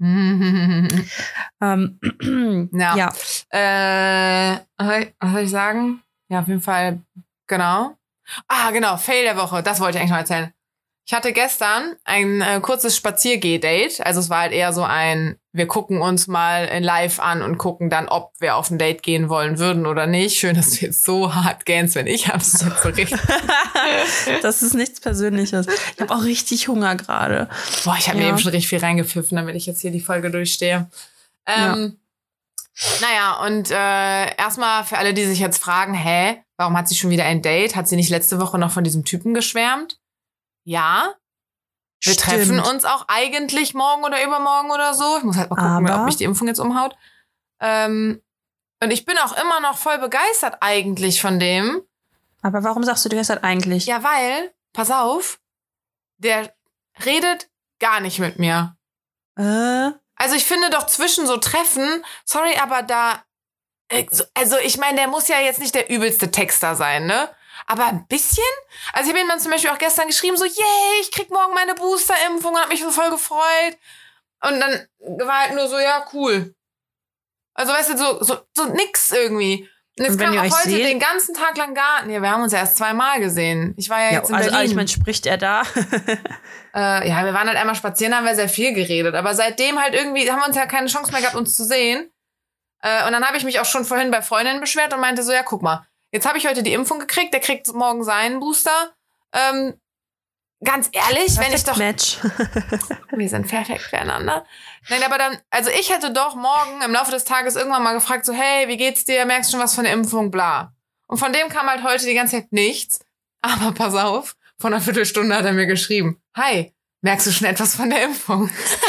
ähm, ja. ja. Äh, was soll ich sagen? Ja, auf jeden Fall, genau. Ah, genau, Fail der Woche, das wollte ich eigentlich noch erzählen. Ich hatte gestern ein äh, kurzes Spaziergeh-Date. Also es war halt eher so ein, wir gucken uns mal in live an und gucken dann, ob wir auf ein Date gehen wollen würden oder nicht. Schön, dass du jetzt so hart gähnst, wenn ich hab's jetzt berichtet. Das ist nichts Persönliches. Ich habe auch richtig Hunger gerade. Boah, ich habe ja. mir eben schon richtig viel reingepfiffen, damit ich jetzt hier die Folge durchstehe. Ähm, ja. Naja, und äh, erstmal für alle, die sich jetzt fragen, hä, warum hat sie schon wieder ein Date? Hat sie nicht letzte Woche noch von diesem Typen geschwärmt? Ja, wir Stimmt. treffen uns auch eigentlich morgen oder übermorgen oder so. Ich muss halt mal gucken, Aber ob mich die Impfung jetzt umhaut. Ähm, und ich bin auch immer noch voll begeistert eigentlich von dem. Aber warum sagst du dir das halt eigentlich? Ja, weil, pass auf, der redet gar nicht mit mir. Äh? Also ich finde doch zwischen so Treffen, sorry, aber da, also ich meine, der muss ja jetzt nicht der übelste Texter sein, ne? Aber ein bisschen? Also ich habe ihm dann zum Beispiel auch gestern geschrieben, so, yay, ich krieg morgen meine Booster-Impfung und hab mich so voll gefreut. Und dann war halt nur so, ja, cool. Also weißt du, so, so, so nix irgendwie. Und jetzt kam auch heute seht, den ganzen Tag lang gar... Nee, wir haben uns ja erst zweimal gesehen. Ich war ja, ja jetzt in also, Berlin. Also ich meine, spricht er da? äh, ja, wir waren halt einmal spazieren, haben wir sehr viel geredet. Aber seitdem halt irgendwie haben wir uns ja keine Chance mehr gehabt, uns zu sehen. Äh, und dann habe ich mich auch schon vorhin bei Freundinnen beschwert und meinte so, ja, guck mal, jetzt habe ich heute die Impfung gekriegt, der kriegt morgen seinen Booster. Ähm, ganz ehrlich, Perfect wenn ich doch... Match. Wir sind perfekt füreinander. Nein, aber dann, also ich hätte doch morgen im Laufe des Tages irgendwann mal gefragt, so, hey, wie geht's dir? Merkst du schon was von der Impfung? Bla. Und von dem kam halt heute die ganze Zeit nichts. Aber pass auf, vor einer Viertelstunde hat er mir geschrieben, hi, merkst du schon etwas von der Impfung?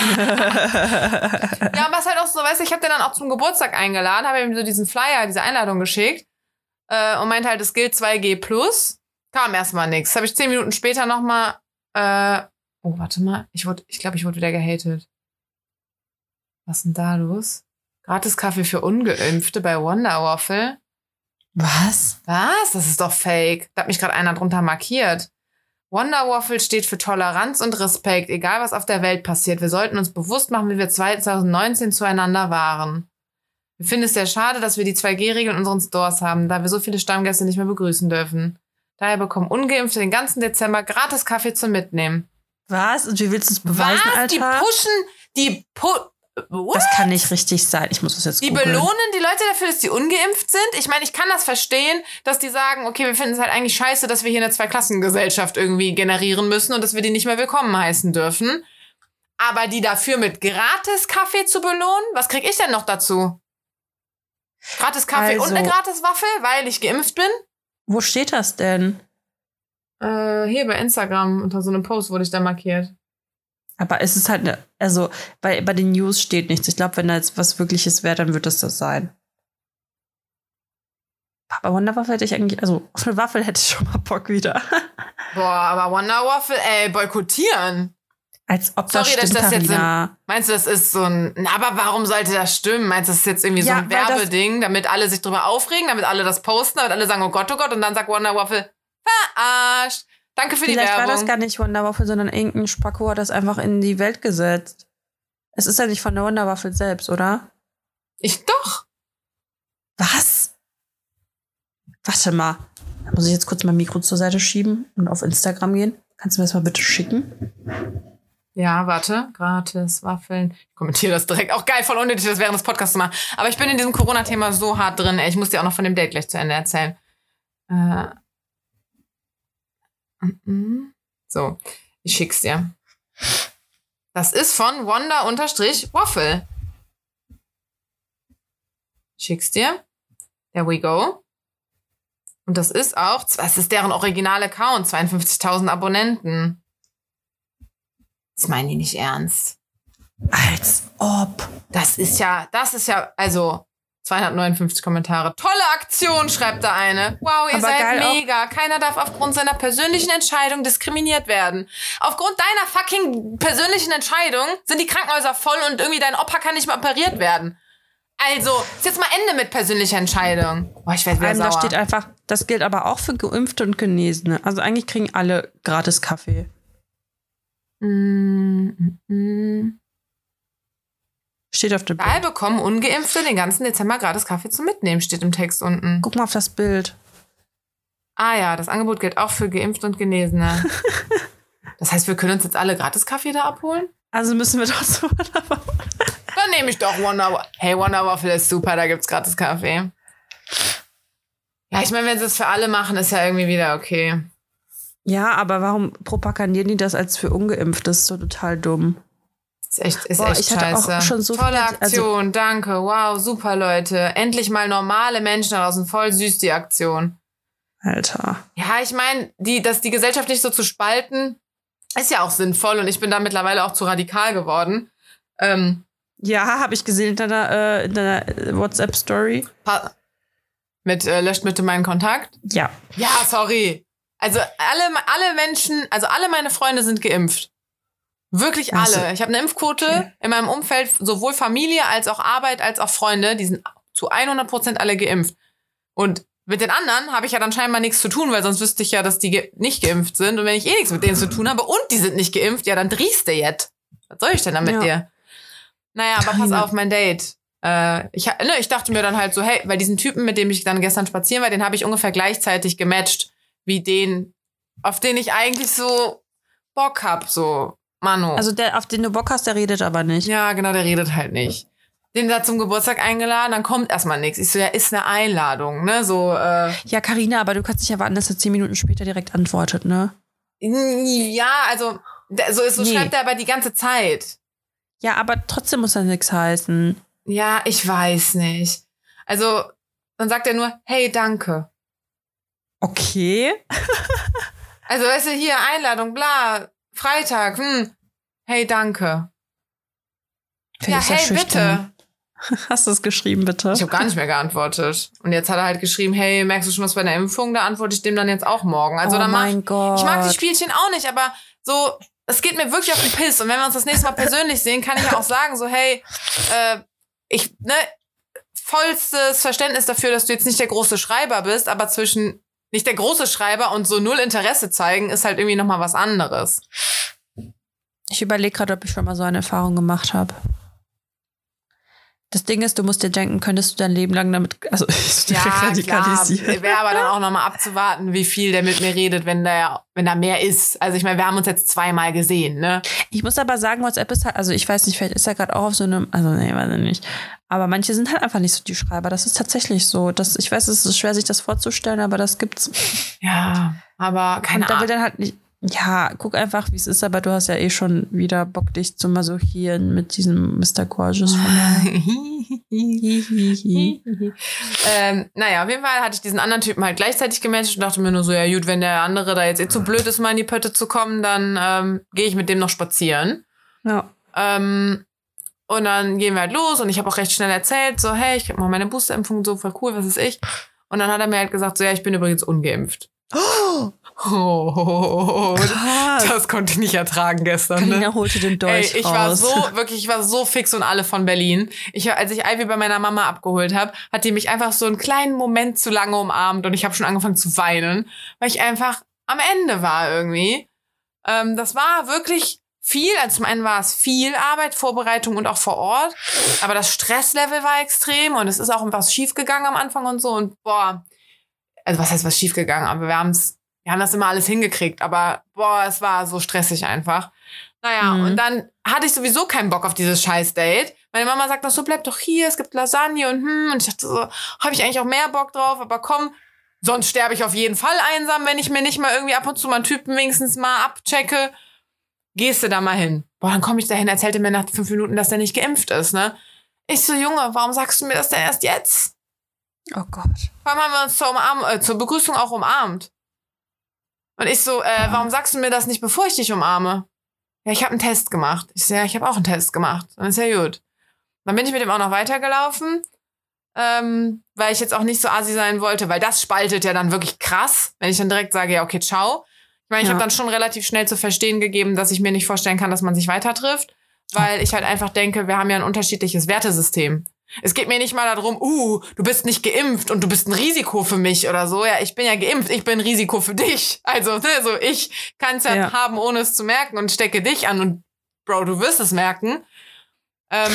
Ja, aber es ist halt auch so, weißt du, ich habe den dann auch zum Geburtstag eingeladen, habe ihm so diesen Flyer, diese Einladung geschickt. Äh, und meinte halt, es gilt zwei G plus. Kam erstmal nichts. Habe ich zehn Minuten später nochmal, äh, oh, warte mal, ich wurde, ich glaube, ich wurde wieder gehatet. Was ist denn da los? Gratis Kaffee für Ungeimpfte bei Wonder Waffle. Was? Was? Das ist doch fake. Da hat mich gerade einer drunter markiert. Wonder Waffle steht für Toleranz und Respekt, egal was auf der Welt passiert. Wir sollten uns bewusst machen, wie wir zwanzig neunzehn zueinander waren. Wir finden es sehr schade, dass wir die zwei G Regel in unseren Stores haben, da wir so viele Stammgäste nicht mehr begrüßen dürfen. Daher bekommen Ungeimpfte den ganzen Dezember gratis Kaffee zum Mitnehmen. Was? Und wie willst du es beweisen, Was? Alter? Die pushen, die pu What? Das kann nicht richtig sein. Ich muss das jetzt Die googlen. belohnen die Leute dafür, dass die ungeimpft sind? Ich meine, ich kann das verstehen, dass die sagen, okay, wir finden es halt eigentlich scheiße, dass wir hier eine Zweiklassengesellschaft irgendwie generieren müssen und dass wir die nicht mehr willkommen heißen dürfen. Aber die dafür mit gratis Kaffee zu belohnen? Was krieg ich denn noch dazu? Gratis Kaffee also, und eine gratis Waffel, weil ich geimpft bin? Wo steht das denn? Äh, hier bei Instagram, unter so einem Post wurde ich da markiert. Aber es ist halt, eine, also bei, bei den News steht nichts. Ich glaube, wenn da jetzt was Wirkliches wäre, dann wird das das sein. Aber Wonder Waffle hätte ich eigentlich, also auf eine Waffel hätte ich schon mal Bock wieder. Boah, aber Wonder Waffle, ey, boykottieren. Als ob das Sorry, stimmt, dass das jetzt Carina. ein, meinst du, das ist so ein, na, aber warum sollte das stimmen? Meinst du, das ist jetzt irgendwie Ja, so ein weil das- Werbeding, damit alle sich drüber aufregen, damit alle das posten, damit alle sagen, oh Gott, oh Gott, und dann sagt Wonder Waffle, verarscht. Danke für die Vielleicht Werbung. war das gar nicht Wonder Waffle, sondern irgendein Spacko hat das einfach in die Welt gesetzt. Es ist ja nicht von der Wonder Waffle selbst, oder? Ich doch. Was? Warte mal. Da muss ich jetzt kurz mein Mikro zur Seite schieben und auf Instagram gehen. Kannst du mir das mal bitte schicken? Ja, warte. Gratis Waffeln. Ich kommentiere das direkt. Auch geil, voll unnötig, das während des Podcasts zu machen. Aber ich bin in diesem Corona-Thema so hart drin. Ey. Ich muss dir auch noch von dem Date gleich zu Ende erzählen. Äh. So, ich schick's dir. Das ist von Wonder-Waffle. Schick's dir. There we go. Und das ist auch, das ist deren Original-Account, zweiundfünfzigtausend Abonnenten. Das meinen die nicht ernst. Als ob. Das ist ja, das ist ja, also zweihundertneunundfünfzig Kommentare. Tolle Aktion, schreibt da eine. Wow, ihr Aber seid geil auch- mega. Keiner darf aufgrund seiner persönlichen Entscheidung diskriminiert werden. Aufgrund deiner fucking persönlichen Entscheidung sind die Krankenhäuser voll und irgendwie dein Opa kann nicht mehr operiert werden. Also, ist jetzt mal Ende mit persönlicher Entscheidung. Boah, ich werde wieder Allem, da sauer. steht einfach, das gilt aber auch für Geimpfte und Genesene. Also eigentlich kriegen alle gratis Kaffee. Mm, mm, mm. Steht auf dem Daher Bild. bekommen Ungeimpfte den ganzen Dezember gratis Kaffee zum Mitnehmen, steht im Text unten. Guck mal auf das Bild. Ah ja, das Angebot gilt auch für Geimpfte und Genesene. Das heißt, wir können uns jetzt alle gratis Kaffee da abholen? Also müssen wir doch so. Dann nehme ich doch Wonder Waffle. Hey, Wonder Waffle ist super, da gibt's gratis Kaffee. Ja, ich meine, wenn sie es für alle machen, ist ja irgendwie wieder okay. Ja, aber warum propagandieren die das als für Ungeimpfte? Das ist so total dumm. Ist echt, ist Boah, echt ich hatte scheiße. auch schon so Tolle viel- also- Aktion, danke. Wow, super, Leute. Endlich mal normale Menschen da draußen. Voll süß, die Aktion. Alter. Ja, ich meine, die, dass die Gesellschaft nicht so zu spalten, ist ja auch sinnvoll. Und ich bin da mittlerweile auch zu radikal geworden. Ähm, Ja, habe ich gesehen in deiner, äh, in deiner äh, WhatsApp-Story. pa- mit äh, löscht bitte meinen Kontakt. Ja. Ja, sorry. Also alle, alle Menschen, also alle meine Freunde sind geimpft. Wirklich Also, alle. Ich habe eine Impfquote okay. in meinem Umfeld, sowohl Familie als auch Arbeit als auch Freunde, die sind zu hundert Prozent alle geimpft. Und mit den anderen habe ich ja dann scheinbar nichts zu tun, weil sonst wüsste ich ja, dass die ge- nicht geimpft sind. Und wenn ich eh nichts mit denen zu tun habe und die sind nicht geimpft, ja, dann driehst du jetzt. Was soll ich denn da mit Ja. dir? Naja, aber pass Keine. auf, mein Date. Äh, ich, ha- ne, ich dachte mir dann halt so, hey, weil diesen Typen, mit dem ich dann gestern spazieren war, den habe ich ungefähr gleichzeitig gematcht wie den, auf den ich eigentlich so Bock hab, so Manu. Also der, auf den du Bock hast, der redet aber nicht. Ja, genau, der redet halt nicht. Den da zum Geburtstag eingeladen, dann kommt erstmal nichts. Ich so, ja, ist eine Einladung, ne? So, äh, Ja, Carina, aber du kannst nicht erwarten, dass er zehn Minuten später direkt antwortet, ne? ja, also, der- so, so Nee. schreibt er aber die ganze Zeit. Ja, aber trotzdem muss das nichts heißen. Ja, ich weiß nicht. Also, dann sagt er nur, hey, danke. Okay. Also, weißt du, hier, Einladung, bla, Freitag, hm, hey, danke. Vielleicht Ja, ist er hey, schüchtern. bitte. Hast du es geschrieben, bitte? Ich habe gar nicht mehr geantwortet. Und jetzt hat er halt geschrieben, hey, merkst du schon was bei der Impfung? Da antworte ich dem dann jetzt auch morgen. Also oh dann mach, mein Gott. ich mag die Spielchen auch nicht, aber so, es geht mir wirklich auf den Piss. Und wenn wir uns das nächste Mal persönlich sehen, kann ich ja auch sagen, so, hey, äh, ich, ne, vollstes Verständnis dafür, dass du jetzt nicht der große Schreiber bist, aber zwischen nicht der große Schreiber und so null Interesse zeigen, ist halt irgendwie nochmal was anderes. Ich überlege gerade, ob ich schon mal so eine Erfahrung gemacht habe. Das Ding ist, du musst dir denken, könntest du dein Leben lang damit, also Ja, klar. radikalisieren. Wäre aber dann auch nochmal abzuwarten, wie viel der mit mir redet, wenn da, wenn da mehr ist. Also ich meine, wir haben uns jetzt zweimal gesehen, ne? Ich muss aber sagen, WhatsApp ist halt, also ich weiß nicht, vielleicht ist er gerade auch auf so einem, also nee, weiß ich nicht. Aber manche sind halt einfach nicht so die Schreiber. Das ist tatsächlich so. Das, ich weiß, es ist schwer, sich das vorzustellen, aber das gibt's. Ja, aber keine Und da will Ahnung. dann halt nicht, ja, guck einfach, wie es ist, aber du hast ja eh schon wieder Bock, dich zu masochieren mit diesem Mister Gorgeous von ähm, naja, auf jeden Fall hatte ich diesen anderen Typen halt gleichzeitig gematcht und dachte mir nur so, ja gut, wenn der andere da jetzt eh zu blöd ist, mal in die Pötte zu kommen, dann ähm, gehe ich mit dem noch spazieren. Ja. Ähm, und dann gehen wir halt los und ich habe auch recht schnell erzählt, so, hey, ich krieg mal meine Boosterimpfung, so voll cool, was ist ich? Und dann hat er mir halt gesagt, so, ja, ich bin übrigens ungeimpft. Oh, oh, das konnte ich nicht ertragen gestern. Carina ne? holte den Dolch Ey, ich raus. war so, wirklich, ich war so fix und alle von Berlin. Ich, als ich Ivy bei meiner Mama abgeholt habe, hat die mich einfach so einen kleinen Moment zu lange umarmt und ich habe schon angefangen zu weinen, weil ich einfach am Ende war irgendwie. Ähm, das war wirklich viel. Also zum einen war es viel Arbeit, Vorbereitung und auch vor Ort. Aber das Stresslevel war extrem und es ist auch was schiefgegangen am Anfang und so. Und boah, also was heißt was schiefgegangen? Aber wir haben's, wir haben das immer alles hingekriegt. Aber boah, es war so stressig einfach. Naja, mhm. und dann hatte ich sowieso keinen Bock auf dieses Scheiß-Date. Meine Mama sagt noch so, bleib doch hier, es gibt Lasagne und hm. Und ich dachte so, habe ich eigentlich auch mehr Bock drauf? Aber komm, sonst sterbe ich auf jeden Fall einsam, wenn ich mir nicht mal irgendwie ab und zu mal einen Typen wenigstens mal abchecke. Gehst du da mal hin? Boah, dann komme ich dahin, erzählte mir nach fünf Minuten, dass der nicht geimpft ist, ne? Ich so, Junge, warum sagst du mir das denn erst jetzt? Oh Gott. Vor allem haben wir uns zur, Umarm- äh, zur Begrüßung auch umarmt. Und ich so, äh, warum sagst du mir das nicht, bevor ich dich umarme? Ja, ich habe einen Test gemacht. Ich so, ja, ich habe auch einen Test gemacht. Dann ist ja gut. Dann bin ich mit dem auch noch weitergelaufen, ähm, weil ich jetzt auch nicht so assi sein wollte, weil das spaltet ja dann wirklich krass, wenn ich dann direkt sage, ja, okay, ciao. Ich meine, ich ja. habe dann schon relativ schnell zu verstehen gegeben, dass ich mir nicht vorstellen kann, dass man sich weiter trifft, weil ich halt einfach denke, wir haben ja ein unterschiedliches Wertesystem. Es geht mir nicht mal darum, uh, du bist nicht geimpft und du bist ein Risiko für mich oder so. Ja, ich bin ja geimpft, ich bin ein Risiko für dich. Also, ne, so ich kann es ja, ja haben, ohne es zu merken und stecke dich an und Bro, du wirst es merken. Ähm,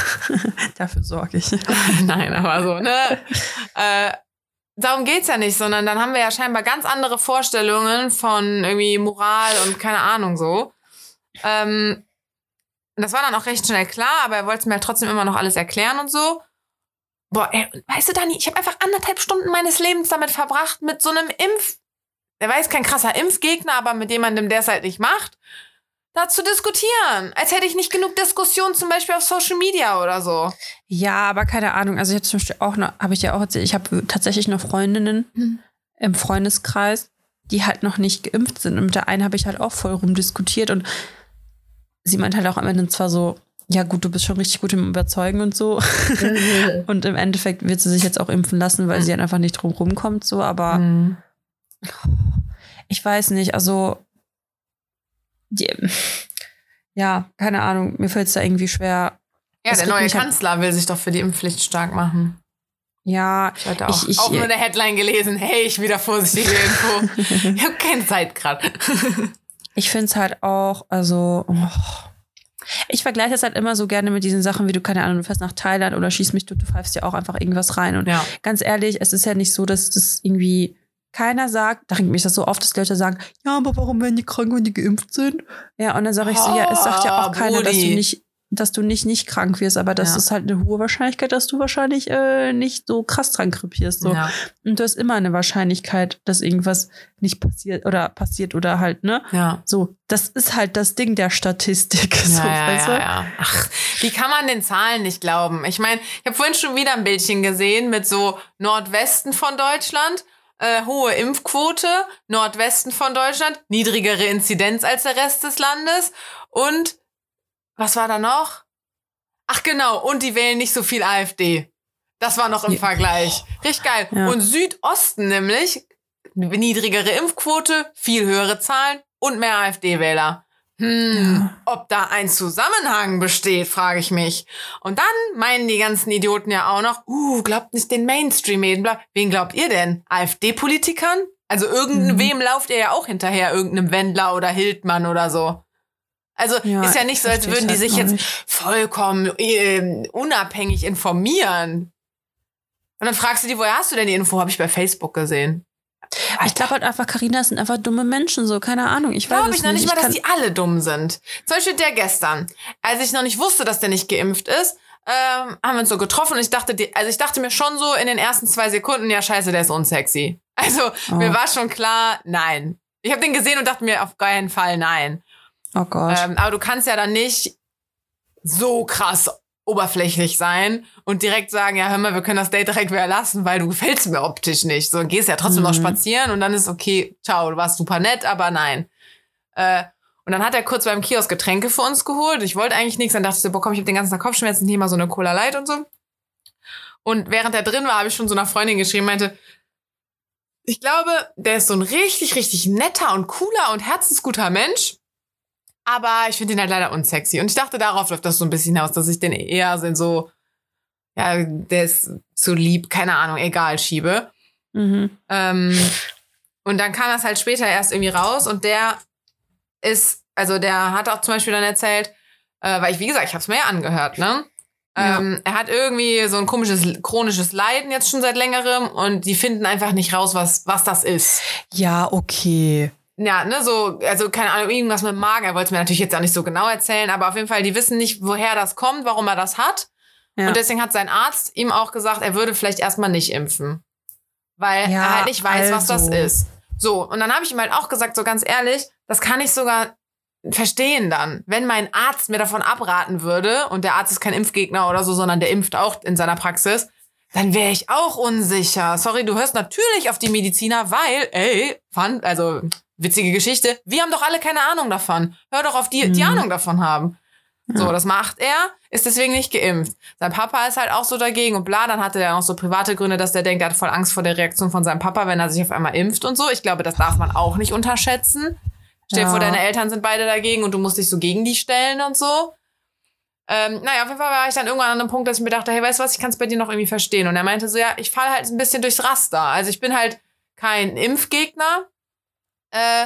Dafür sorge ich. Nein, aber so, ne? äh, darum geht's ja nicht, sondern dann haben wir ja scheinbar ganz andere Vorstellungen von irgendwie Moral und keine Ahnung so. Ähm, das war dann auch recht schnell klar, aber er wollte mir halt trotzdem immer noch alles erklären und so. Boah, ey, weißt du, Dani, ich habe einfach anderthalb Stunden meines Lebens damit verbracht, mit so einem Impf... Der war jetzt kein krasser Impfgegner, aber mit jemandem, der es halt nicht macht, da zu diskutieren. Als hätte ich nicht genug Diskussionen zum Beispiel auf Social Media oder so. Ja, aber keine Ahnung. Also ich habe zum Beispiel auch noch, habe ich ja auch erzählt, ich habe tatsächlich noch Freundinnen hm. im Freundeskreis, die halt noch nicht geimpft sind. Und mit der einen habe ich halt auch voll rumdiskutiert und sie meint halt auch am Ende zwar so, ja gut, du bist schon richtig gut im Überzeugen und so. Und im Endeffekt wird sie sich jetzt auch impfen lassen, weil sie halt einfach nicht drum rumkommt, so. Aber mhm. ich weiß nicht, also die, ja, keine Ahnung, mir fällt es da irgendwie schwer. Ja, das der neue Kanzler halt, will sich doch für die Impfpflicht stark machen. Ja, ich hatte auch, ich, ich, auch nur eine Headline gelesen, hey, ich wieder vorsichtige Info. Ich habe keine Zeit gerade. Ich finde es halt auch, also, oh. ich vergleiche das halt immer so gerne mit diesen Sachen, wie du, keine Ahnung, du fährst nach Thailand oder schießt mich, du, du pfeifst ja auch einfach irgendwas rein. Und ja. ganz ehrlich, es ist ja nicht so, dass das irgendwie keiner sagt, da ringt mich das so oft, dass Leute sagen, ja, aber warum werden die krank, wenn die geimpft sind? Ja, und dann sage ich so, ja, es sagt ja auch keiner, dass du nicht, dass du nicht, nicht krank wirst, aber das ja. ist halt eine hohe Wahrscheinlichkeit, dass du wahrscheinlich äh, nicht so krass dran krepierst. So. Ja. Und du hast immer eine Wahrscheinlichkeit, dass irgendwas nicht passiert oder passiert oder halt, ne? Ja. So, das ist halt das Ding der Statistik. Ja, so, ja, weißt du? ja, ja. Ach, wie kann man den Zahlen nicht glauben? Ich meine, ich habe vorhin schon wieder ein Bildchen gesehen mit so Nordwesten von Deutschland. Äh, hohe Impfquote, Nordwesten von Deutschland, niedrigere Inzidenz als der Rest des Landes und was war da noch? Ach genau, und die wählen nicht so viel AfD. Das war noch im ja. Vergleich. Richtig geil. Ja. Und Südosten nämlich, niedrigere Impfquote, viel höhere Zahlen und mehr AfD-Wähler. Hm, ja. Ob da ein Zusammenhang besteht, frage ich mich. Und dann meinen die ganzen Idioten ja auch noch, uh, glaubt nicht den Mainstream-Medien. Wen glaubt ihr denn? AfD-Politikern? Also irgendwem mhm. lauft ihr ja auch hinterher, irgendeinem Wendler oder Hildmann oder so. Also ja, ist ja nicht so, als würden die sich jetzt vollkommen äh, unabhängig informieren. Und dann fragst du die, woher hast du denn die Info? Habe ich bei Facebook gesehen. Ich glaube halt einfach, Carina, sind einfach dumme Menschen, so, keine Ahnung. Ich weiß Glaube ich es noch nicht nicht. mal, dass die alle dumm sind. Zum Beispiel der gestern. Als ich noch nicht wusste, dass der nicht geimpft ist, ähm, haben wir uns so getroffen und ich dachte, die, also ich dachte mir schon so in den ersten zwei Sekunden, ja scheiße, der ist unsexy. Also oh. mir war schon klar, nein. Ich habe den gesehen und dachte mir auf keinen Fall nein. Oh Gott. Ähm, aber du kannst ja dann nicht so krass oberflächlich sein und direkt sagen, ja, hör mal, wir können das Date direkt wieder lassen, weil du gefällst mir optisch nicht. So, gehst ja trotzdem mhm. noch spazieren und dann ist okay, ciao, du warst super nett, aber nein. Äh, und dann hat er kurz beim Kiosk Getränke für uns geholt. Ich wollte eigentlich nichts, dann dachte ich so, boah, komm, ich hab den ganzen Tag Kopfschmerzen, hier mal so eine Cola Light und so. Und während er drin war, habe ich schon so einer Freundin geschrieben, meinte, ich glaube, der ist so ein richtig, richtig netter und cooler und herzensguter Mensch. Aber ich finde ihn halt leider unsexy. Und ich dachte, darauf läuft das so ein bisschen hinaus, dass ich den eher so in so, ja, der ist so lieb, keine Ahnung, egal, schiebe. Mhm. Ähm, und dann kam das halt später erst irgendwie raus und der ist, also der hat auch zum Beispiel dann erzählt, äh, weil ich, wie gesagt, ich habe es mir ja angehört, ne? Ja. Ähm, er hat irgendwie so ein komisches, chronisches Leiden jetzt schon seit längerem und die finden einfach nicht raus, was, was das ist. Ja, okay. Ja, ne, so, also keine Ahnung, irgendwas mit dem Magen. Er wollte es mir natürlich jetzt auch nicht so genau erzählen, aber auf jeden Fall, die wissen nicht, woher das kommt, warum er das hat. Ja. Und deswegen hat sein Arzt ihm auch gesagt, er würde vielleicht erstmal nicht impfen. Weil ja, er halt nicht weiß, also. was das ist. So, und dann habe ich ihm halt auch gesagt, so ganz ehrlich, das kann ich sogar verstehen dann, wenn mein Arzt mir davon abraten würde und der Arzt ist kein Impfgegner oder so, sondern der impft auch in seiner Praxis, dann wäre ich auch unsicher. Sorry, du hörst natürlich auf die Mediziner, weil, ey, fand, also witzige Geschichte, wir haben doch alle keine Ahnung davon. Hör doch auf die, die mhm. Ahnung davon haben. Ja. So, das macht er, ist deswegen nicht geimpft. Sein Papa ist halt auch so dagegen und bla, dann hatte er noch so private Gründe, dass der denkt, er hat voll Angst vor der Reaktion von seinem Papa, wenn er sich auf einmal impft und so. Ich glaube, das darf man auch nicht unterschätzen. Stell dir ja. vor, deine Eltern sind beide dagegen und du musst dich so gegen die stellen und so. Ähm, naja, auf jeden Fall war ich dann irgendwann an einem Punkt, dass ich mir dachte, hey, weißt du was, ich kann es bei dir noch irgendwie verstehen. Und er meinte so, ja, ich falle halt ein bisschen durchs Raster. Also ich bin halt kein Impfgegner, äh,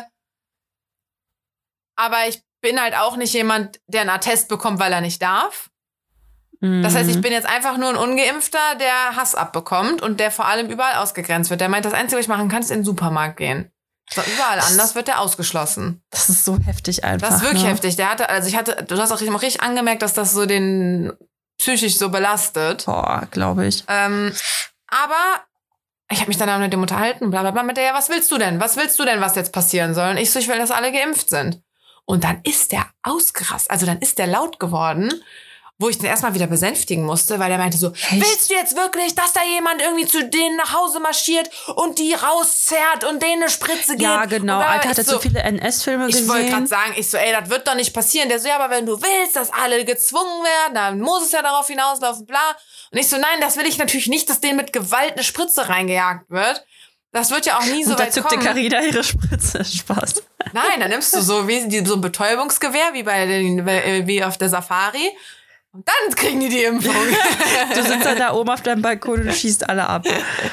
aber ich bin halt auch nicht jemand, der einen Attest bekommt, weil er nicht darf. Mhm. Das heißt, ich bin jetzt einfach nur ein Ungeimpfter, der Hass abbekommt und der vor allem überall ausgegrenzt wird. Der meint, das Einzige, was ich machen kann, ist in den Supermarkt gehen. So, überall anders wird der ausgeschlossen. Das ist so heftig einfach. Das ist wirklich ne? heftig. Der hatte, also ich hatte, du hast auch richtig, richtig angemerkt, dass das so den psychisch so belastet. Boah, glaube ich. Ähm, aber ich habe mich dann auch mit dem unterhalten, bla bla bla, mit der, ja, was willst du denn? Was willst du denn, was jetzt passieren soll? Und ich so, ich will, dass alle geimpft sind. Und dann ist der ausgerastet, also dann ist der laut geworden, wo ich den erstmal wieder besänftigen musste, weil er meinte so, echt? Willst du jetzt wirklich, dass da jemand irgendwie zu denen nach Hause marschiert und die rauszerrt und denen eine Spritze gibt? Ja, genau. Oder Alter, hat er so, so viele N S-Filme gesehen. Ich wollte gerade sagen, ich so, ey, das wird doch nicht passieren. Der so, ja, aber wenn du willst, dass alle gezwungen werden, dann muss es ja darauf hinauslaufen, bla. Und ich so, nein, das will ich natürlich nicht, dass denen mit Gewalt eine Spritze reingejagt wird. Das wird ja auch nie so und weit kommen. Und da zückte Carina ihre Spritze. Spaß. Nein, dann nimmst du so, wie, so ein Betäubungsgewehr, wie bei den, wie auf der Safari. Und dann kriegen die die Impfung. Du sitzt dann da oben auf deinem Balkon und schießt alle ab.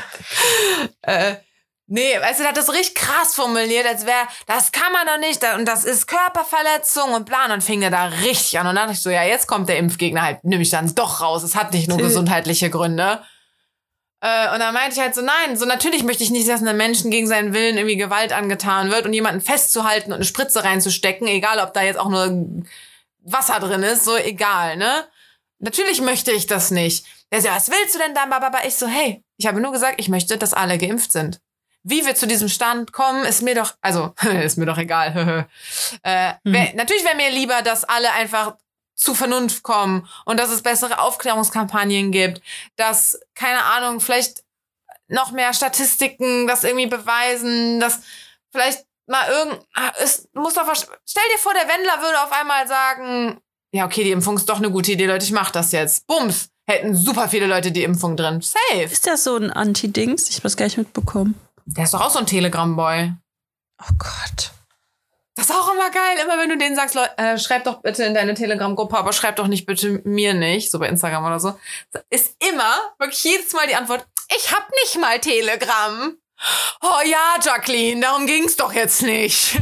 äh, nee, weißt du, der hat das so richtig krass formuliert, als wäre, das kann man doch nicht, und das ist Körperverletzung und bla. Und dann fing er da richtig an. Und dann dachte ich so, ja, jetzt kommt der Impfgegner halt, nehme ich dann doch raus. Es hat nicht nur gesundheitliche Gründe. Äh, und dann meinte ich halt so, nein, so natürlich möchte ich nicht, dass einem Menschen gegen seinen Willen irgendwie Gewalt angetan wird und jemanden festzuhalten und eine Spritze reinzustecken, egal ob da jetzt auch nur Wasser drin ist, so egal, ne? Natürlich möchte ich das nicht. Der so, was willst du denn da? Aber ich so, hey, ich habe nur gesagt, ich möchte, dass alle geimpft sind. Wie wir zu diesem Stand kommen, ist mir doch, also, ist mir doch egal. äh, wär, mhm. Natürlich wäre mir lieber, dass alle einfach zu Vernunft kommen und dass es bessere Aufklärungskampagnen gibt, dass, keine Ahnung, vielleicht noch mehr Statistiken das irgendwie beweisen, dass vielleicht mal irgend, es muss doch, stell dir vor, der Wendler würde auf einmal sagen, ja, okay, die Impfung ist doch eine gute Idee, Leute, ich mach das jetzt. Bums, hätten super viele Leute die Impfung drin. Safe. Ist das so ein Anti-Dings? Ich hab das gar nicht mitbekommen. Der ist doch auch so ein Telegram-Boy. Oh Gott. Das ist auch immer geil, immer wenn du denen sagst, Leute, äh, schreib doch bitte in deine Telegram-Gruppe, aber schreib doch nicht bitte mir nicht, so bei Instagram oder so. Ist immer, wirklich jedes Mal die Antwort, ich hab nicht mal Telegram. Oh ja, Jacqueline, darum ging's doch jetzt nicht.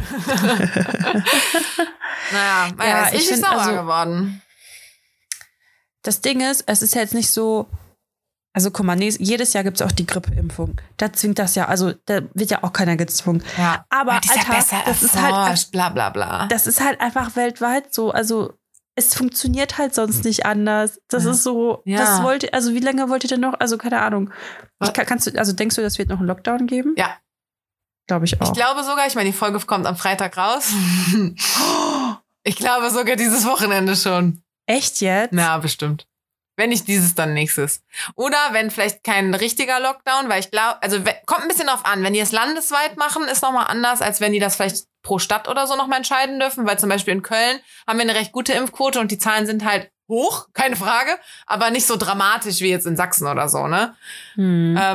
naja, ja, ist richtig sauer also, geworden. Das Ding ist, es ist jetzt nicht so, also guck mal, jedes Jahr gibt's auch die Grippeimpfung. Da zwingt das ja, also da wird ja auch keiner gezwungen. Ja, aber ja, Alter, ja besser das ist halt, bla bla bla. Das ist halt einfach weltweit so, also es funktioniert halt sonst nicht anders. Das ja. ist so, ja. das wollte, also wie lange wollt ihr denn noch? Also keine Ahnung. Ich kann, kannst du, also denkst du, das wird noch einen Lockdown geben? Ja. Glaube ich auch. Ich glaube sogar, ich meine, die Folge kommt am Freitag raus. Ich glaube sogar dieses Wochenende schon. Echt jetzt? Na, bestimmt. Wenn nicht dieses, dann nächstes. Oder wenn vielleicht kein richtiger Lockdown, weil ich glaube, also kommt ein bisschen drauf an. Wenn die es landesweit machen, ist nochmal anders, als wenn die das vielleicht pro Stadt oder so nochmal entscheiden dürfen. Weil zum Beispiel in Köln haben wir eine recht gute Impfquote und die Zahlen sind halt hoch, keine Frage, aber nicht so dramatisch wie jetzt in Sachsen oder so, ne? Hm. Ähm,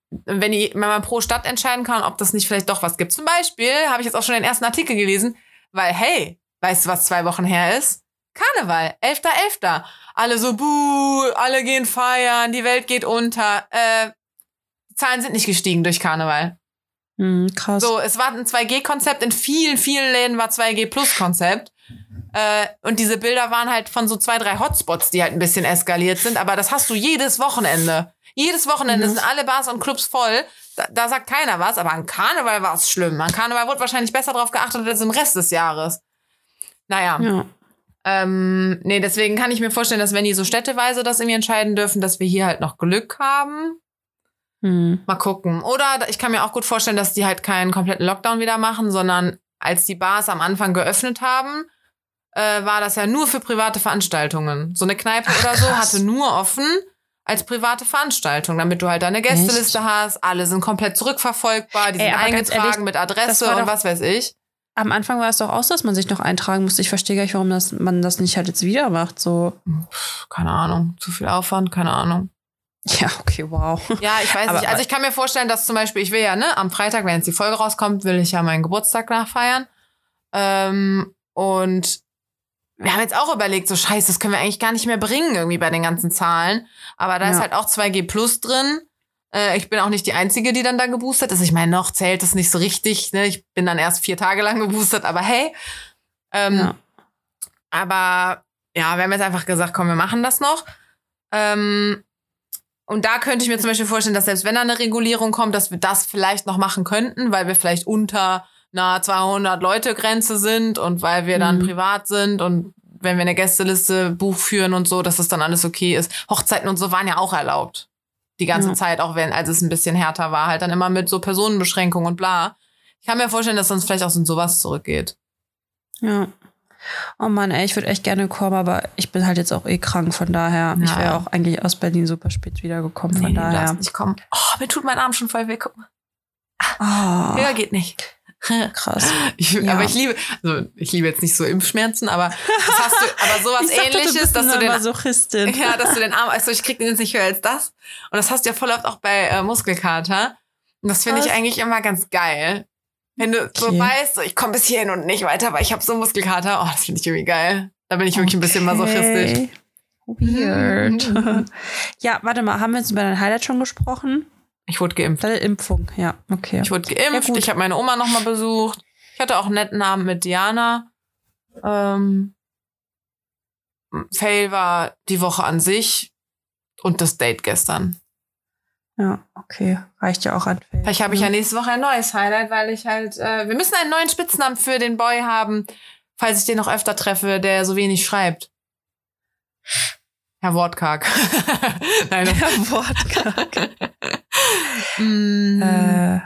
wenn, die, wenn man pro Stadt entscheiden kann, ob das nicht vielleicht doch was gibt. Zum Beispiel habe ich jetzt auch schon den ersten Artikel gelesen, weil, hey, weißt du, was zwei Wochen her ist? Karneval, elfter elfter Alle so, buh, alle gehen feiern, die Welt geht unter. Äh, die Zahlen sind nicht gestiegen durch Karneval. Mhm, krass. So, es war ein zwei G Konzept, in vielen, vielen Läden war zwei G Plus Konzept. Äh, und diese Bilder waren halt von so zwei, drei Hotspots, die halt ein bisschen eskaliert sind. Aber das hast du jedes Wochenende. Jedes Wochenende mhm. sind alle Bars und Clubs voll. Da, da sagt keiner was, aber an Karneval war es schlimm. An Karneval wurde wahrscheinlich besser drauf geachtet als im Rest des Jahres. Naja. Ja. Ähm, nee, deswegen kann ich mir vorstellen, dass wenn die so städteweise das irgendwie entscheiden dürfen, dass wir hier halt noch Glück haben. Mhm. Mal gucken. Oder ich kann mir auch gut vorstellen, dass die halt keinen kompletten Lockdown wieder machen, sondern als die Bars am Anfang geöffnet haben, äh, war das ja nur für private Veranstaltungen. So eine Kneipe Ach, oder so hatte nur offen als private Veranstaltung, damit du halt deine Gästeliste Echt? hast. Alle sind komplett zurückverfolgbar, die Ey, sind eingetragen ehrlich, mit Adresse und was weiß ich. Am Anfang war es doch auch so, dass man sich noch eintragen musste. Ich verstehe gar nicht, warum das, man das nicht halt jetzt wieder macht. So. Keine Ahnung. Zu viel Aufwand, keine Ahnung. Ja, okay, wow. Ja, ich weiß aber, nicht. Also ich kann mir vorstellen, dass zum Beispiel, ich will ja, ne, am Freitag, wenn jetzt die Folge rauskommt, will ich ja meinen Geburtstag nachfeiern. Ähm, und wir haben jetzt auch überlegt, so scheiße, das können wir eigentlich gar nicht mehr bringen irgendwie bei den ganzen Zahlen. Aber da ja. ist halt auch zwei G Plus drin. Äh, ich bin auch nicht die Einzige, die dann da geboostert ist. Ich meine, noch zählt das nicht so richtig. Ne? Ich bin dann erst vier Tage lang geboostert, aber hey. Ähm, ja. Aber ja, wir haben jetzt einfach gesagt, komm, wir machen das noch. Ähm, und da könnte ich mir zum Beispiel vorstellen, dass selbst wenn da eine Regulierung kommt, dass wir das vielleicht noch machen könnten, weil wir vielleicht unter einer zweihundert-Leute-Grenze sind und weil wir dann mhm. privat sind und wenn wir eine Gästeliste Buch führen und so, dass das dann alles okay ist. Hochzeiten und so waren ja auch erlaubt. Die ganze ja. Zeit, auch wenn, als es ein bisschen härter war, halt dann immer mit so Personenbeschränkungen und bla. Ich kann mir vorstellen, dass sonst vielleicht auch so in sowas zurückgeht. Ja. Oh Mann, ey, ich würde echt gerne kommen, aber ich bin halt jetzt auch eh krank, von daher. Ja. Ich wäre auch eigentlich aus Berlin super spät wiedergekommen, von nee, daher. Du darfst nicht kommen. Oh, mir tut mein Arm schon voll weh, guck mal. Oh. Ja, geht nicht. Krass. Ich, ja. Aber ich liebe, also ich liebe jetzt nicht so Impfschmerzen, aber das hast du, aber sowas ich Ähnliches, dachte, du dass du den, Masochistin. ja, dass du den Arm, also ich krieg den jetzt nicht höher als das. Und das hast du ja voll oft auch bei äh, Muskelkater. Und das finde ich eigentlich immer ganz geil. Wenn du okay. so weißt, so, ich komme bis hierhin und nicht weiter, aber ich habe so Muskelkater. Oh, das finde ich irgendwie geil. Da bin ich wirklich okay. ein bisschen masochistisch. Weird. Ja, warte mal, haben wir jetzt über dein Highlight schon gesprochen? Ich wurde geimpft. Deine Impfung, ja, okay. Ich wurde geimpft, ja, ich habe meine Oma nochmal besucht. Ich hatte auch einen netten Abend mit Diana. Ähm, Fail war die Woche an sich und das Date gestern. Ja, okay. Reicht ja auch an Fail. Vielleicht habe ich ja nächste Woche ein neues Highlight, weil ich halt, äh, wir müssen einen neuen Spitznamen für den Boy haben, falls ich den noch öfter treffe, der so wenig schreibt. Herr Wortkarg. Nein, Herr Wortkarg. mm. äh,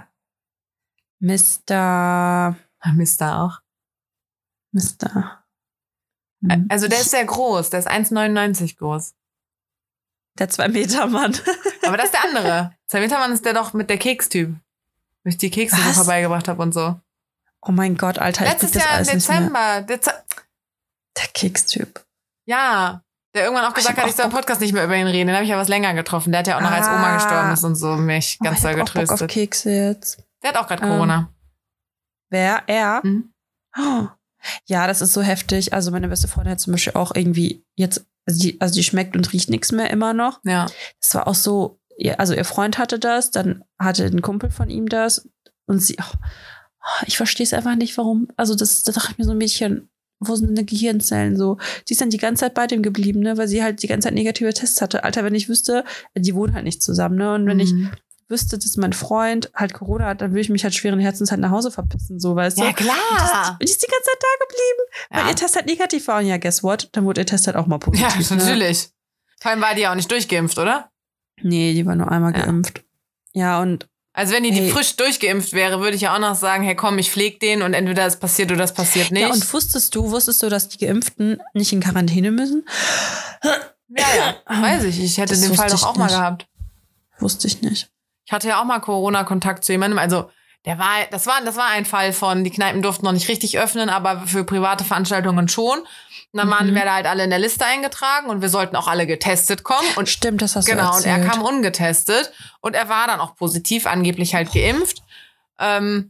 Mister Mister auch. Mister Mhm. Also der ist sehr groß. Der ist eins Komma neunundneunzig groß. Der Zwei-Meter-Mann. Aber das ist der andere. Zwei-Meter-Mann ist der doch mit der Kekstyp. Wo ich die Kekse so vorbeigebracht habe und so. Oh mein Gott, Alter. Letztes Jahr im Dezember. Dez- der Kekstyp. Ja. Der irgendwann auch gesagt hat, ich soll im Podcast nicht mehr über ihn reden. Den habe ich ja was länger getroffen. Der hat ja auch noch, als Oma gestorben ist und so, mich ganz doll getröstet. Ich hab auch Bock auf Kekse jetzt. Der hat auch gerade Corona. Ähm, wer? Er? Mhm. Oh. Ja, das ist so heftig. Also meine beste Freundin hat zum Beispiel auch irgendwie jetzt, also die, also die schmeckt und riecht nichts mehr immer noch. Ja. Das war auch so, also ihr Freund hatte das, dann hatte ein Kumpel von ihm das und sie, oh, ich verstehe es einfach nicht, warum. Also das, da dachte ich mir so, ein Mädchen, wo sind denn die Gehirnzellen so? Die ist dann die ganze Zeit bei dem geblieben, ne, weil sie halt die ganze Zeit negative Tests hatte. Alter, wenn ich wüsste, die wohnen halt nicht zusammen, ne, und wenn mhm. ich wüsste, dass mein Freund halt Corona hat, dann würde ich mich halt schweren Herzens halt nach Hause verpissen, so, weißt du? Ja, klar. Und die ist die ganze Zeit da geblieben, ja. weil ihr Test halt negativ war. Und ja, guess what? Dann wurde ihr Test halt auch mal positiv. Ja, natürlich. Ne? Vor allem war die ja auch nicht durchgeimpft, oder? Nee, die war nur einmal ja. geimpft. Ja, und also wenn die, hey. die frisch durchgeimpft wäre, würde ich ja auch noch sagen, hey komm, ich pflege den und entweder es passiert oder es passiert nicht. Ja, und wusstest du, wusstest du, dass die Geimpften nicht in Quarantäne müssen? Ja, ja, weiß ich. Ich hätte das den Fall doch auch nicht. mal gehabt. Wusste ich nicht. Ich hatte ja auch mal Corona-Kontakt zu jemandem. Also Der war, das war, das war ein Fall von, die Kneipen durften noch nicht richtig öffnen, aber für private Veranstaltungen schon. Und dann waren mhm. wir da halt alle in der Liste eingetragen und wir sollten auch alle getestet kommen. Und stimmt, das hast genau, du erzählt. Und er kam ungetestet und er war dann auch positiv, angeblich halt geimpft. Ähm,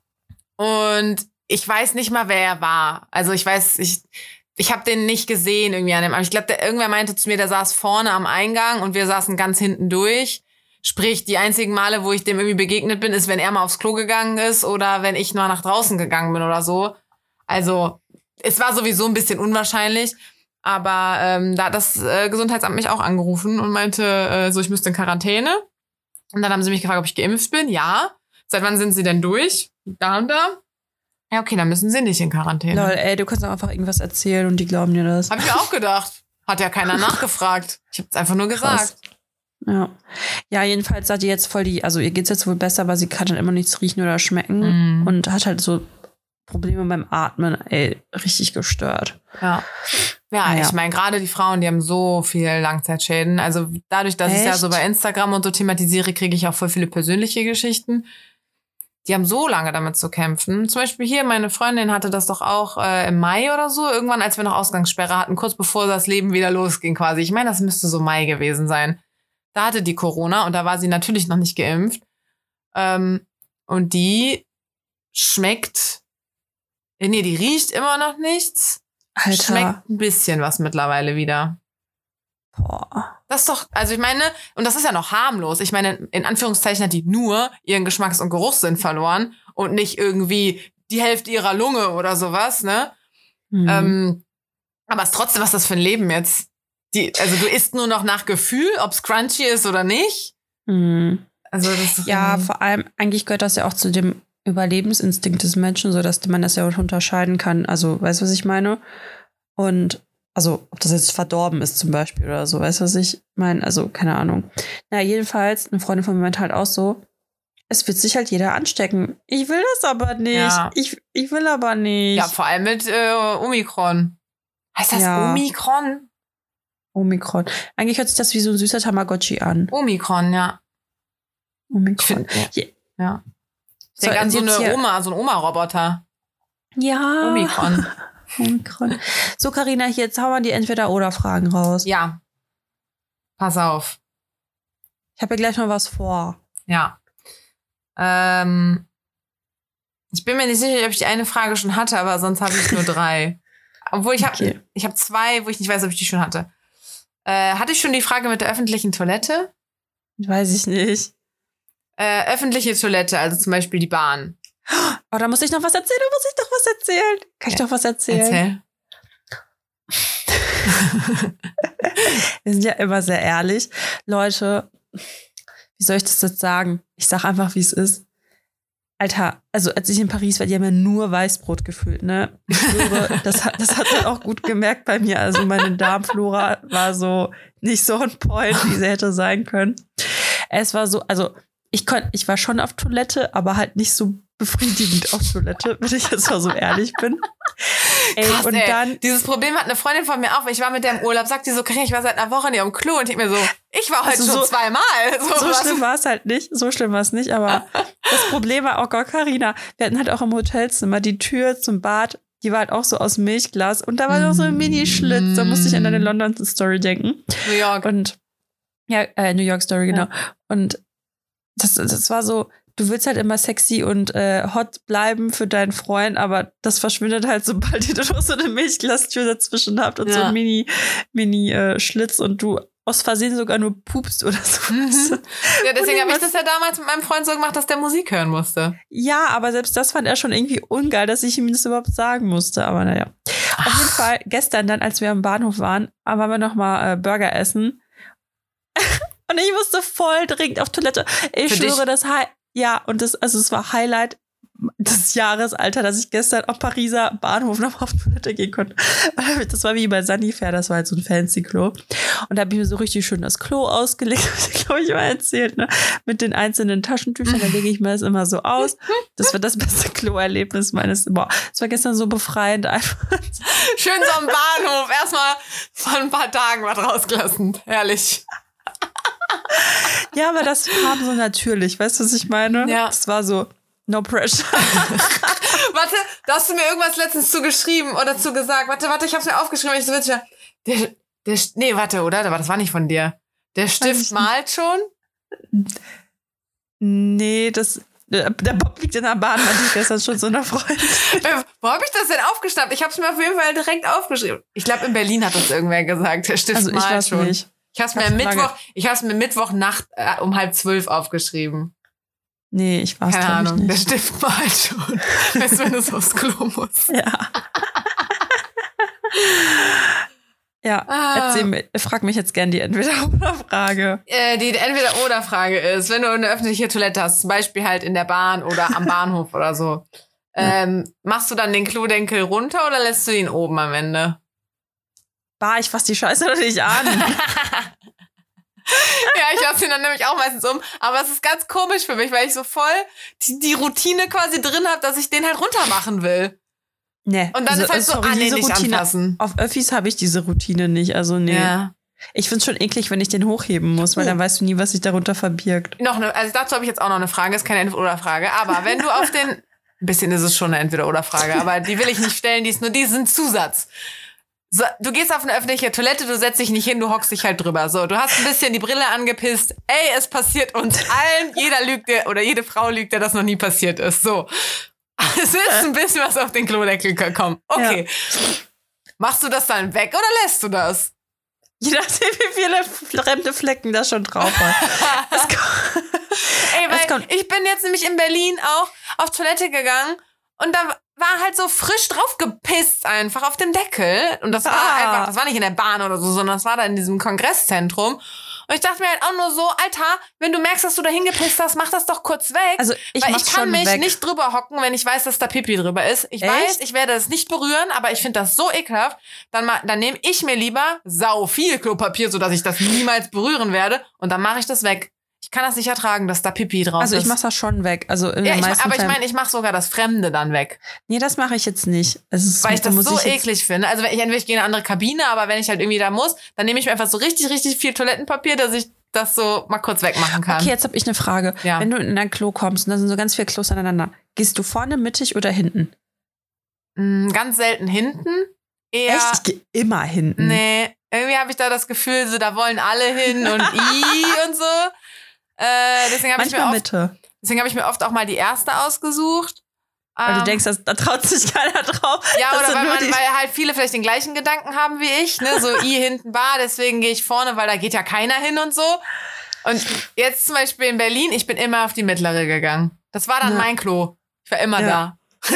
und ich weiß nicht mal, wer er war. Also ich weiß, ich, ich habe den nicht gesehen irgendwie an dem, aber ich glaube, irgendwer meinte zu mir, der saß vorne am Eingang und wir saßen ganz hinten durch. Sprich, die einzigen Male, wo ich dem irgendwie begegnet bin, ist, wenn er mal aufs Klo gegangen ist oder wenn ich mal nach draußen gegangen bin oder so. Also, es war sowieso ein bisschen unwahrscheinlich. Aber ähm, da hat das äh, Gesundheitsamt mich auch angerufen und meinte, äh, so, ich müsste in Quarantäne. Und dann haben sie mich gefragt, ob ich geimpft bin. Ja. Seit wann sind sie denn durch? Da und da. Ja, okay, dann müssen sie nicht in Quarantäne. Lol, ey, du kannst doch einfach irgendwas erzählen und die glauben dir das. Hab ich mir auch gedacht. Hat ja keiner nachgefragt. Ich hab's einfach nur gesagt. Krass. Ja. Ja, jedenfalls hat die jetzt voll die, also ihr geht's jetzt wohl besser, aber sie kann dann immer nichts riechen oder schmecken mm. und hat halt so Probleme beim Atmen, ey, richtig gestört. Ja. Ja, ah, ja. Ich meine, gerade die Frauen, die haben so viel Langzeitschäden. Also dadurch, dass ich es ja so bei Instagram und so thematisiere, kriege ich auch voll viele persönliche Geschichten. Die haben so lange damit zu kämpfen. Zum Beispiel hier, meine Freundin hatte das doch auch äh, im Mai oder so, irgendwann, als wir noch Ausgangssperre hatten, kurz bevor das Leben wieder losging quasi. Ich meine, das müsste so Mai gewesen sein. Da hatte die Corona und da war sie natürlich noch nicht geimpft. Ähm, und die schmeckt, nee, die riecht immer noch nichts. Alter. Schmeckt ein bisschen was mittlerweile wieder. Boah. Das ist doch, also ich meine, und das ist ja noch harmlos. Ich meine, in Anführungszeichen hat die nur ihren Geschmacks- und Geruchssinn verloren und nicht irgendwie die Hälfte ihrer Lunge oder sowas, ne? Mhm. Ähm, aber es ist trotzdem, was das für ein Leben jetzt. Die, also du isst nur noch nach Gefühl, ob es crunchy ist oder nicht. Mhm. Also das ist ja, vor allem, eigentlich gehört das ja auch zu dem Überlebensinstinkt des Menschen, so dass man das ja auch unterscheiden kann. Also, weißt du, was ich meine? Und, also, ob das jetzt verdorben ist zum Beispiel oder so, weißt du, was ich meine? Also, keine Ahnung. Na, jedenfalls, eine Freundin von mir meint halt auch so, es wird sich halt jeder anstecken. Ich will das aber nicht. Ja. Ich, ich will aber nicht. Ja, vor allem mit äh, Omikron. Heißt das ja. Omikron? Omikron. Eigentlich hört sich das wie so ein süßer Tamagotchi an. Omikron, ja. Omikron. Ich find, ja. Ich denke an so eine Oma, so ein Oma-Roboter. Ja. Omikron. Omikron. So, Carina, jetzt hauen wir die Entweder-Oder-Fragen raus. Ja. Pass auf. Ich habe ja gleich noch was vor. Ja. Ähm, ich bin mir nicht sicher, ob ich die eine Frage schon hatte, aber sonst habe ich nur drei. Obwohl ich habe okay. ich habe zwei, wo ich nicht weiß, ob ich die schon hatte. Äh, hatte ich schon die Frage mit der öffentlichen Toilette? Weiß ich nicht. Äh, öffentliche Toilette, also zum Beispiel die Bahn. Oh, da muss ich noch was erzählen, da muss ich doch was erzählen. Kann ich ja. doch was erzählen? Erzähl. Wir sind ja immer sehr ehrlich. Leute, wie soll ich das jetzt sagen? Ich sag einfach, wie es ist. Alter, also als ich in Paris war, die haben ja nur Weißbrot gefüllt, ne? Ich schwöre, das hat, das hat man auch gut gemerkt bei mir. Also meine Darmflora war so nicht so on point, wie sie hätte sein können. Es war so, also ich konnte, ich war schon auf Toilette, aber halt nicht so befriedigend auf Toilette, wenn ich jetzt mal so ehrlich bin. Ey, Krass, und ey. dann, dieses Problem hat eine Freundin von mir auch, weil ich war mit der im Urlaub, sagt die so, ich war seit einer Woche nicht am Klo und ich mir so, ich war heute also schon so, zweimal. So, so schlimm war es halt nicht, so schlimm war es nicht, aber das Problem war auch, Gott, Carina, wir hatten halt auch im Hotelzimmer die Tür zum Bad, die war halt auch so aus Milchglas und da war noch so ein Mini-Schlitz, da musste ich an deine London-Story denken. New York. Und, ja, äh, New York-Story, genau. Ja. Und das, das war so, du willst halt immer sexy und äh, hot bleiben für deinen Freund, aber das verschwindet halt, sobald ihr noch so eine Milchglastür dazwischen habt und ja. so ein Mini, Mini äh, Schlitz und du aus Versehen sogar nur pupst oder so. Mhm. Ja, deswegen habe ich das ja damals mit meinem Freund so gemacht, dass der Musik hören musste. Ja, aber selbst das fand er schon irgendwie ungeil, dass ich ihm das überhaupt sagen musste. Aber naja. Ach. Auf jeden Fall, gestern dann, als wir am Bahnhof waren, waren wir noch mal äh, Burger essen. Und ich musste voll dringend auf Toilette. Ich Für schwöre, dich? das Hi- ja, und das, also es war Highlight des Jahres, Alter, dass ich gestern am Pariser Bahnhof noch auf Toilette gehen konnte. Das war wie bei Sanifair, das war halt so ein fancy Klo. Und da habe ich mir so richtig schön das Klo ausgelegt, hab ich glaube ich mal erzählt, ne? Mit den einzelnen Taschentüchern, da lege ich mir das immer so aus. Das war das beste Klo-Erlebnis meines, boah, es war gestern so befreiend einfach. Schön so am Bahnhof, erstmal vor ein paar Tagen was rausgelassen, herrlich. Ja, aber das kam so natürlich, weißt du, was ich meine? Ja. Das war so, No pressure. Warte, da hast du mir irgendwas letztens zugeschrieben oder zu gesagt. Warte, warte, ich hab's mir aufgeschrieben, weil ich so witzig war. Der, der, nee, warte, oder? Das war nicht von dir. Der Stift malt schon? Nee, das... Der Bob liegt in der Bahn, meinte ich gestern schon so einer Freundin. Wo habe ich das denn aufgeschnappt? Ich habe es mir auf jeden Fall direkt aufgeschrieben. Ich glaube, in Berlin hat das irgendwer gesagt. Der Stift also ich malt weiß schon. Nicht. Ich habe es mir Mittwoch, ich habe es mir Mittwochnacht äh, um halb zwölf aufgeschrieben. Nee, ich weiß Keine Ahnung. Nicht. Der Stift malt schon. Weißt du, wenn es aufs Klo muss. Ja. Ja, ah. erzähl mir, frag mich jetzt gern die Entweder-oder-Frage. Äh, die Entweder-oder-Frage ist, wenn du eine öffentliche Toilette hast, zum Beispiel halt in der Bahn oder am Bahnhof oder so, ähm, machst du dann den Klodenkel runter oder lässt du ihn oben am Ende? Bah, ich fass die Scheiße doch nicht an. Ja, ich lasse ihn dann nämlich auch meistens um. Aber es ist ganz komisch für mich, weil ich so voll die, die Routine quasi drin habe, dass ich den halt runter machen will. Nee. Und dann also, ist halt so, sorry, ah, nee, nicht Routine, anfassen. Auf Öffis habe ich diese Routine nicht, also nee. Ja. Ich find's schon eklig, wenn ich den hochheben muss, weil oh. dann weißt du nie, was sich darunter verbirgt. Noch eine, also dazu habe ich jetzt auch noch eine Frage, ist keine Entweder-oder-Frage, aber wenn du auf den, ein bisschen ist es schon eine Entweder-oder-Frage, aber die will ich nicht stellen, die ist nur diesen Zusatz. So, du gehst auf eine öffentliche Toilette, du setzt dich nicht hin, du hockst dich halt drüber. So, du hast ein bisschen die Brille angepisst. Ey, es passiert uns allen. Jeder lügt dir, oder jede Frau lügt dir, dass noch nie passiert ist. So. Es ist ein bisschen was auf den Klodeckel gekommen. Okay. Ja. Machst du das dann weg oder lässt du das? Je nachdem, wie viele fremde Flecken da schon drauf hat. Ey, weil ich bin jetzt nämlich in Berlin auch auf Toilette gegangen und da war halt so frisch drauf gepisst einfach auf dem Deckel. Und das war ah. einfach, das war nicht in der Bahn oder so, sondern das war da in diesem Kongresszentrum. Und ich dachte mir halt auch nur so, Alter, wenn du merkst, dass du da hingepisst hast, mach das doch kurz weg. Also ich, weil ich kann mich weg. nicht drüber hocken, wenn ich weiß, dass da Pipi drüber ist. Ich Echt? weiß, ich werde es nicht berühren, aber ich finde das so ekelhaft. Dann, dann nehme ich mir lieber sau viel Klopapier, sodass ich das niemals berühren werde. Und dann mache ich das weg. Ich kann das nicht ertragen, dass da Pipi drauf also ist. Also ich mach das schon weg. Also in ja, den ich, meisten aber Fällen. ich meine, ich mache sogar das Fremde dann weg. Nee, das mache ich jetzt nicht. Es ist, weil ich das so ich eklig finde. Also wenn ich entweder ich gehe in eine andere Kabine, aber wenn ich halt irgendwie da muss, dann nehme ich mir einfach so richtig, richtig viel Toilettenpapier, dass ich das so mal kurz wegmachen kann. Okay, jetzt habe ich eine Frage. Ja. Wenn du in ein Klo kommst und da sind so ganz viele Klos aneinander, gehst du vorne, mittig oder hinten? Mm, ganz selten hinten. Eher, echt? Ich gehe immer hinten. Nee, irgendwie habe ich da das Gefühl, so da wollen alle hin und i und so. Äh, deswegen habe ich mir oft, Mitte. Deswegen habe ich mir oft auch mal die erste ausgesucht. Weil ähm, du denkst, dass, da traut sich keiner drauf. Ja, oder weil, man, weil halt viele vielleicht den gleichen Gedanken haben wie ich, ne? So i hinten Bar, deswegen gehe ich vorne, weil da geht ja keiner hin und so. Und jetzt zum Beispiel in Berlin, ich bin immer auf die mittlere gegangen. Das war dann ja. mein Klo. Ich war immer ja. da.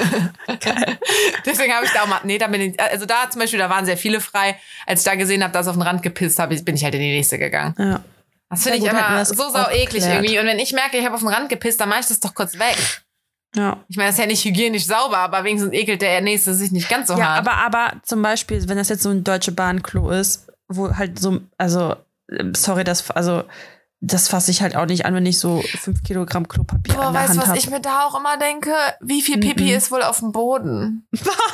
Deswegen habe ich da auch mal, nee, da bin ich, also da zum Beispiel, da waren sehr viele frei. Als ich da gesehen habe, dass auf den Rand gepisst habe, bin ich halt in die nächste gegangen. Ja. Das finde ja, ich immer so sau eklig irgendwie. Und wenn ich merke, ich habe auf den Rand gepisst, dann mache ich das doch kurz weg. Ja. Ich meine, das ist ja nicht hygienisch sauber, aber wenigstens ekelt der Nächste sich nicht ganz so ja, hart. Ja, aber, aber zum Beispiel, wenn das jetzt so ein Deutsche Bahn-Klo ist, wo halt so, also, sorry, das, also, das fasse ich halt auch nicht an, wenn ich so fünf Kilogramm Klopapier Boah, an der weißt, Hand habe. Weißt du, was ich mir da auch immer denke? Wie viel Pipi mm-mm. ist wohl auf dem Boden?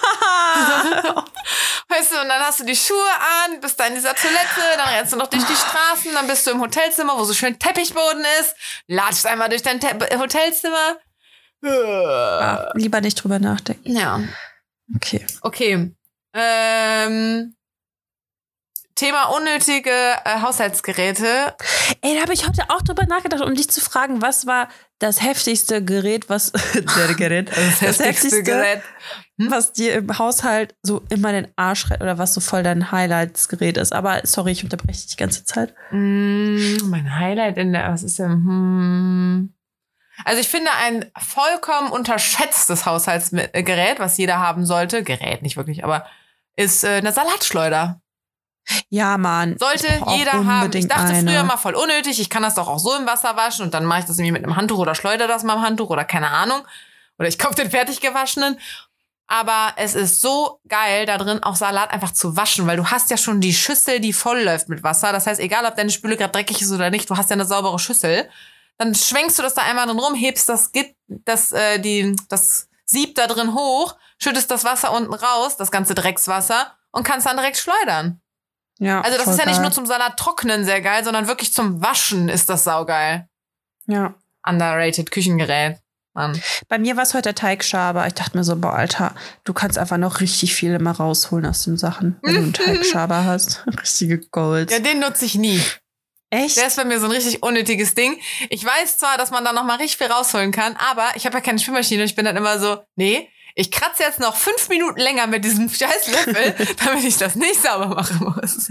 Weißt du, und dann hast du die Schuhe an, bist da in dieser Toilette, dann rennst du noch durch die Straßen, dann bist du im Hotelzimmer, wo so schön Teppichboden ist, latschst einmal durch dein Te- Hotelzimmer. Ja, lieber nicht drüber nachdenken. Ja. Okay. Okay. Ähm, Thema unnötige äh, Haushaltsgeräte. Ey, da habe ich heute auch drüber nachgedacht, um dich zu fragen, was war das heftigste Gerät, was der Gerät, das, das heftigste, heftigste Gerät, hm? was dir im Haushalt so immer den Arsch rettet oder was so voll dein Highlights-Gerät ist. Aber sorry, ich unterbreche dich die ganze Zeit. Mm, mein Highlight in der, was ist denn? Hm. Also ich finde ein vollkommen unterschätztes Haushaltsgerät, was jeder haben sollte, Gerät nicht wirklich, aber ist äh, eine Salatschleuder. Ja, Mann. Sollte jeder haben. Ich dachte eine. früher mal voll unnötig, ich kann das doch auch so im Wasser waschen und dann mache ich das irgendwie mit einem Handtuch oder schleudere das mal im Handtuch oder keine Ahnung. Oder ich kaufe den fertig gewaschenen. Aber es ist so geil, da drin auch Salat einfach zu waschen, weil du hast ja schon die Schüssel, die voll läuft mit Wasser. Das heißt, egal ob deine Spüle gerade dreckig ist oder nicht, du hast ja eine saubere Schüssel. Dann schwenkst du das da einmal drin rum, hebst das, das, äh, die, das Sieb da drin hoch, schüttest das Wasser unten raus, das ganze Dreckswasser, und kannst dann direkt schleudern. Ja, also das ist ja geil. nicht nur zum Salat trocknen sehr geil, sondern wirklich zum Waschen ist das saugeil. Ja. Underrated Küchengerät. Mann. Bei mir war es heute der Teigschaber. Ich dachte mir so, boah, Alter, du kannst einfach noch richtig viel immer rausholen aus den Sachen, wenn du einen Teigschaber hast. Richtige Gold. Ja, den nutze ich nie. Echt? Der ist bei mir so ein richtig unnötiges Ding. Ich weiß zwar, dass man da noch mal richtig viel rausholen kann, aber ich habe ja keine Spülmaschine. Ich bin dann immer so, nee, ich kratze jetzt noch fünf Minuten länger mit diesem scheiß Löffel, damit ich das nicht sauber machen muss.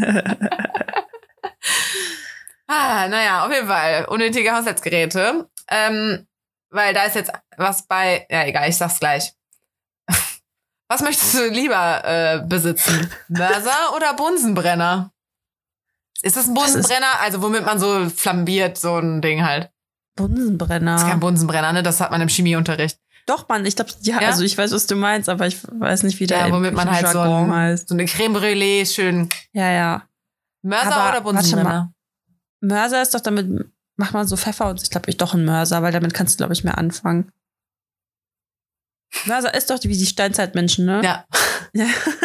ah, naja, auf jeden Fall. Unnötige Haushaltsgeräte. Ähm, weil da ist jetzt was bei, ja egal, ich sag's gleich. Was möchtest du lieber äh, besitzen? Mörser oder Bunsenbrenner? Ist das ein Bunsenbrenner? Das also womit man so flambiert, so ein Ding halt. Bunsenbrenner. Das ist kein Bunsenbrenner, ne? Das hat man im Chemieunterricht. Doch, Mann, ich glaube, ja, ja, also ich weiß, was du meinst, aber ich weiß nicht, wie der ja, womit man halt so, ein, heißt. so eine Creme Brûlée schön. Ja, ja. Mörser aber, oder Bunsenbrenner? Mörser ist doch damit, macht man so Pfeffer und ich glaube, ich doch ein Mörser, weil damit kannst du, glaube ich, mehr anfangen. Mörser ist doch wie die Steinzeitmenschen, ne? Ja. ja.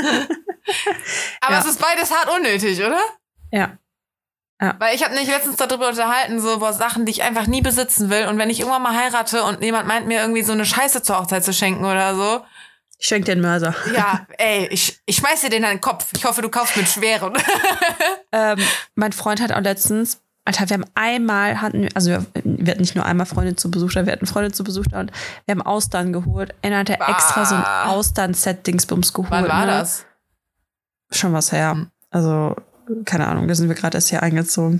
Aber ja. es ist beides hart unnötig, oder? Ja. Ja. Weil ich habe mich letztens darüber unterhalten, so boah, Sachen, die ich einfach nie besitzen will. Und wenn ich irgendwann mal heirate und jemand meint mir irgendwie so eine Scheiße zur Hochzeit zu schenken oder so. Ich schenke dir einen Mörser. Ja, ey, ich, ich schmeiß dir den an den Kopf. Ich hoffe, du kaufst mit schweren. ähm, mein Freund hat auch letztens, Alter, wir haben einmal, hatten, also wir, wir hatten nicht nur einmal Freunde zu Besuch da, wir hatten Freunde zu Besuch da und wir haben Austern geholt. Er hat bah. extra so ein Austern-Set-Dingsbums geholt. Wann war ne? das? Schon was her. Also, keine Ahnung, da sind wir gerade erst hier eingezogen.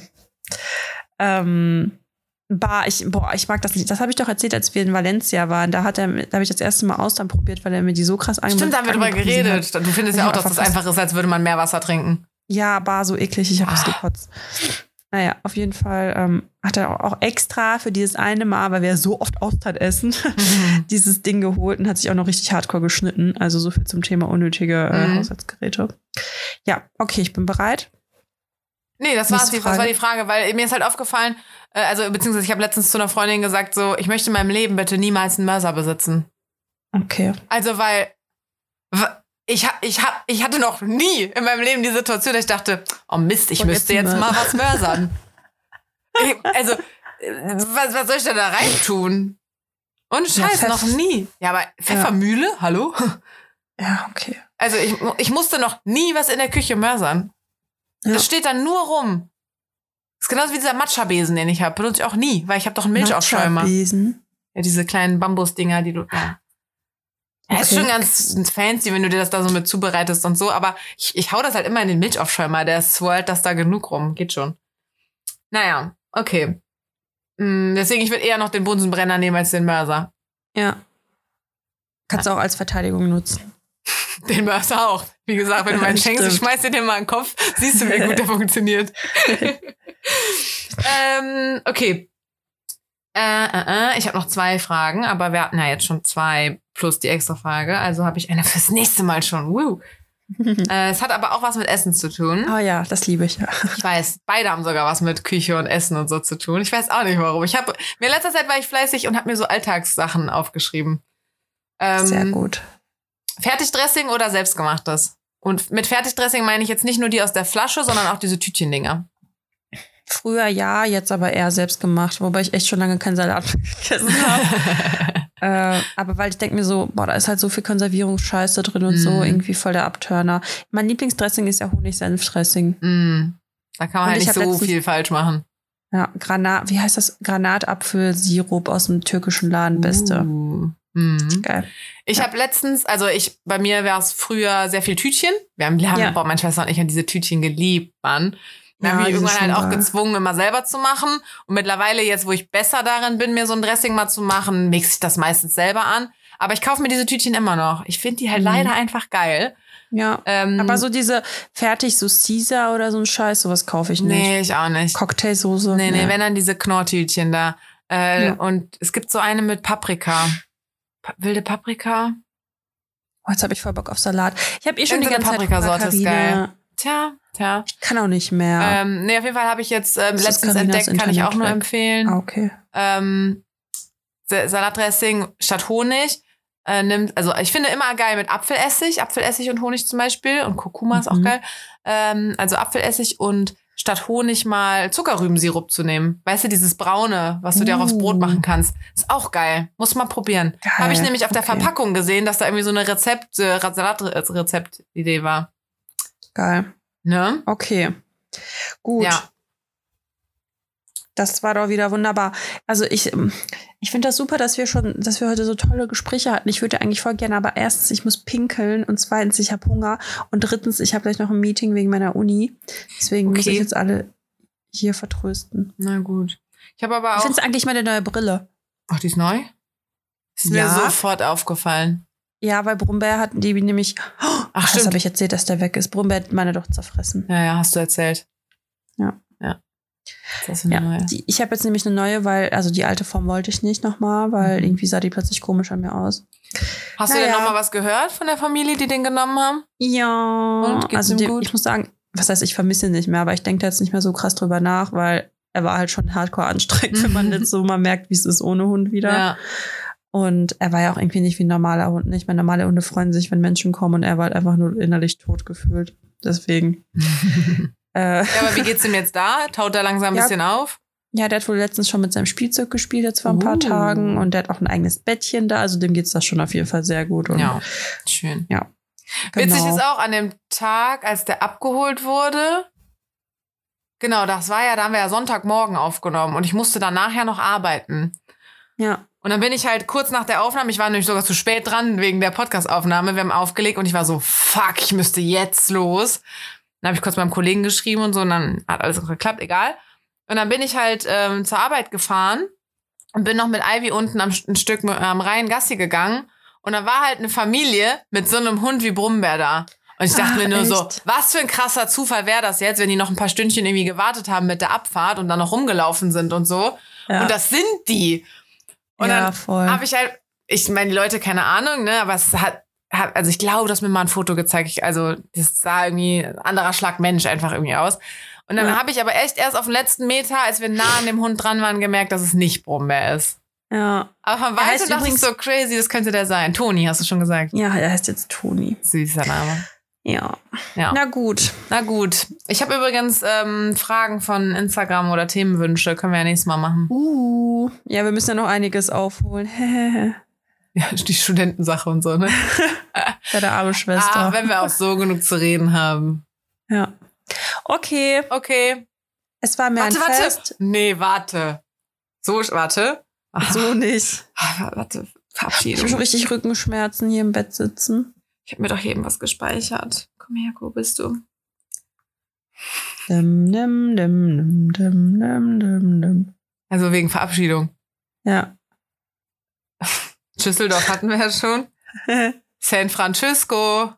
Ähm, bah, ich, boah, ich mag das nicht. Das habe ich doch erzählt, als wir in Valencia waren. Da hat er, da habe ich das erste Mal Austern probiert, weil er mir die so krass angeboten hat. Stimmt, da haben wir drüber geredet. Du findest ja auch, dass das einfach ist, als würde man mehr Wasser trinken. Ja, bah, so eklig. Ich habe das gekotzt. Naja, auf jeden Fall ähm, hat er auch extra für dieses eine Mal, weil wir so oft Austern essen, mhm. dieses Ding geholt und hat sich auch noch richtig hardcore geschnitten. Also so viel zum Thema unnötige äh, mhm. Haushaltsgeräte. Ja, okay, ich bin bereit. Nee, das, war's, das war die Frage, weil mir ist halt aufgefallen, äh, also beziehungsweise ich habe letztens zu einer Freundin gesagt, so, ich möchte in meinem Leben bitte niemals einen Mörser besitzen. Okay. Also, weil ich, ich, ich hatte noch nie in meinem Leben die Situation, dass ich dachte, oh Mist, ich und müsste jetzt, jetzt mal was mörsern. ich, also, was, was soll ich denn da reintun? Und Scheiß, ja, noch nie. Ja, aber Pfeffermühle, ja. Hallo? Ja, okay. Also, ich, ich musste noch nie was in der Küche mörsern. Ja. Das steht dann nur rum. Das ist genauso wie dieser Matcha-Besen, den ich habe. Benutze ich auch nie, weil ich habe doch einen Milchaufschäumer. Matcha-Besen? Ja, diese kleinen Bambusdinger, die du... Ja. Okay. Ja, ist schon ganz fancy, wenn du dir das da so mit zubereitest und so, aber ich, ich hau das halt immer in den Milchaufschäumer. Der swirlt das da genug rum. Geht schon. Naja, okay. Hm, deswegen, ich würde eher noch den Bunsenbrenner nehmen als den Mörser. Ja. Kannst du auch als Verteidigung nutzen. Den Mörser auch. Wie gesagt, wenn du meinen schenkst, ich schmeiß dir den mal in den Kopf, siehst du, wie gut der funktioniert. ähm, okay. Äh, äh, äh. Ich habe noch zwei Fragen, aber wir hatten ja jetzt schon zwei plus die extra Frage. Also habe ich eine fürs nächste Mal schon. Woo. äh, es hat aber auch was mit Essen zu tun. Oh ja, das liebe ich ja. Ich weiß, beide haben sogar was mit Küche und Essen und so zu tun. Ich weiß auch nicht warum. Ich habe mir in letzter Zeit war ich fleißig und habe mir so Alltagssachen aufgeschrieben. Ähm, Sehr gut. Fertigdressing oder selbstgemachtes? Und mit Fertigdressing meine ich jetzt nicht nur die aus der Flasche, sondern auch diese Tütchendinger. Früher ja, jetzt aber eher selbst gemacht, wobei ich echt schon lange keinen Salat gegessen habe. äh, aber weil ich denke mir so, boah, da ist halt so viel Konservierungsscheiße drin und mm. so, irgendwie voll der Abturner. Mein Lieblingsdressing ist ja Honig-Senf-Dressing. Mm. Da kann man und halt nicht so letztens, viel falsch machen. Ja, Granat, wie heißt das? Granatapfelsirup aus dem türkischen Laden, beste. Uh. Mhm. Geil. Ich ja. habe letztens, also ich, bei mir war es früher sehr viel Tütchen. Wir haben, wir haben ja. boah, meine Schwester und ich haben diese Tütchen geliebt, Mann. Wir ja, haben mich irgendwann halt auch geil. gezwungen, immer selber zu machen. Und mittlerweile jetzt, wo ich besser darin bin, mir so ein Dressing mal zu machen, mixe ich das meistens selber an. Aber ich kaufe mir diese Tütchen immer noch. Ich finde die halt mhm. leider einfach geil. Ja, ähm, aber so diese fertig, so Caesar oder so ein Scheiß, sowas kaufe ich nicht. Nee, ich auch nicht. Cocktailsoße. Nee, nee, nee, wenn dann diese Knorrtütchen da. Äh, ja. Und es gibt so eine mit Paprika. Pa- wilde Paprika. Oh, jetzt habe ich voll Bock auf Salat. Ich habe eh schon die ganze Zeit Paprikasorte ist geil. Tja, tja. Ich kann auch nicht mehr. Ähm, nee, auf jeden Fall habe ich jetzt ähm, letztens entdeckt, kann ich auch nur weg. empfehlen. Ah, okay. Ähm, Salatdressing statt Honig. Äh, nimmt, also ich finde immer geil mit Apfelessig, Apfelessig und Honig zum Beispiel und Kurkuma ist mhm. auch geil. Ähm, also Apfelessig und statt Honig mal Zuckerrübensirup zu nehmen. Weißt du, dieses braune, was du uh. dir auch aufs Brot machen kannst. Ist auch geil. Muss mal probieren. Habe ich nämlich auf der okay. Verpackung gesehen, dass da irgendwie so eine Rezept, äh, Salatrezept-Idee war. Geil. Ne? Okay. Gut. Ja. Das war doch wieder wunderbar. Also ich, ich finde das super, dass wir schon, dass wir heute so tolle Gespräche hatten. Ich würde eigentlich voll gerne, aber erstens, ich muss pinkeln und zweitens, ich habe Hunger und drittens, ich habe gleich noch ein Meeting wegen meiner Uni. Deswegen okay. muss ich jetzt alle hier vertrösten. Na gut. Ich habe aber auch... Ich finde es eigentlich meine neue Brille. Ach, die ist neu? Ist ja. mir sofort aufgefallen. Ja, weil Brummbär hatten die nämlich... Oh, Ach, stimmt. Das habe ich erzählt, dass der weg ist. Brummbär hat meine doch zerfressen. Ja, ja, hast du erzählt. Ja. Ja. Das ist eine ja, neue. Die, ich habe jetzt nämlich eine neue, weil, also die alte Form wollte ich nicht nochmal, weil mhm. irgendwie sah die plötzlich komisch an mir aus. Hast naja. du denn nochmal was gehört von der Familie, die den genommen haben? Ja. Und geht's also ihm die, gut? Ich muss sagen, was heißt, ich vermisse ihn nicht mehr, aber ich denke da jetzt nicht mehr so krass drüber nach, weil er war halt schon hardcore anstrengend, wenn man jetzt so mal merkt, wie es ist ohne Hund wieder. Ja. Und er war ja auch irgendwie nicht wie ein normaler Hund. Nicht, weil normale Hunde freuen sich, wenn Menschen kommen und er war halt einfach nur innerlich tot gefühlt. Deswegen. Äh, ja, aber wie geht's ihm jetzt da? Taut er langsam ein ja, bisschen auf? Ja, der hat wohl letztens schon mit seinem Spielzeug gespielt, jetzt vor ein paar uh. Tagen. Und der hat auch ein eigenes Bettchen da. Also dem geht's das schon auf jeden Fall sehr gut. Und ja, schön. Ja, genau. Witzig ist auch, an dem Tag, als der abgeholt wurde, genau, das war ja, da haben wir ja Sonntagmorgen aufgenommen. Und ich musste dann nachher noch arbeiten. Ja. Und dann bin ich halt kurz nach der Aufnahme, ich war nämlich sogar zu spät dran wegen der Podcast-Aufnahme. Wir haben aufgelegt und ich war so, fuck, ich müsste jetzt los. Dann habe ich kurz meinem Kollegen geschrieben und so und dann hat alles geklappt, egal. Und dann bin ich halt ähm, zur Arbeit gefahren und bin noch mit Ivy unten am ein Stück am Rhein Gassi gegangen. Und da war halt eine Familie mit so einem Hund wie Brummbär da. Und ich dachte Ach, mir nur echt? so, was für ein krasser Zufall wäre das jetzt, wenn die noch ein paar Stündchen irgendwie gewartet haben mit der Abfahrt und dann noch rumgelaufen sind und so. Ja. Und das sind die. Und ja, dann habe ich halt, ich meine, die Leute, keine Ahnung, ne, aber es hat, hat also ich glaube, du hast mir mal ein Foto gezeigt. Ich, also das sah irgendwie ein anderer Schlag Mensch einfach irgendwie aus. Und dann ja. habe ich aber echt erst auf den letzten Meter, als wir nah an dem Hund dran waren, gemerkt, dass es nicht Brummbär ist. Ja. Aber von weitem dachte ich so crazy, das könnte der sein. Toni, hast du schon gesagt? Ja, er heißt jetzt Toni. Süßer Name. Ja. ja. Na gut. Na gut. Ich habe übrigens ähm, Fragen von Instagram oder Themenwünsche. Können wir ja nächstes Mal machen. Uh. Ja, wir müssen ja noch einiges aufholen. Ja, die Studentensache und so, ne? Bei der arme Schwester. Ah, wenn wir auch so genug zu reden haben. Ja. Okay. Okay. Es war mir warte, ein warte. Fest. Nee, warte. So, warte. Ach. So nicht. Ah, warte. Verabschiedung. Ich habe schon richtig Rückenschmerzen hier im Bett sitzen. Ich habe mir doch eben was gespeichert. Komm her, wo bist du? Dim, dim, dim, dim, dim, dim, dim. Also wegen Verabschiedung. Ja. Düsseldorf hatten wir ja schon. San Francisco.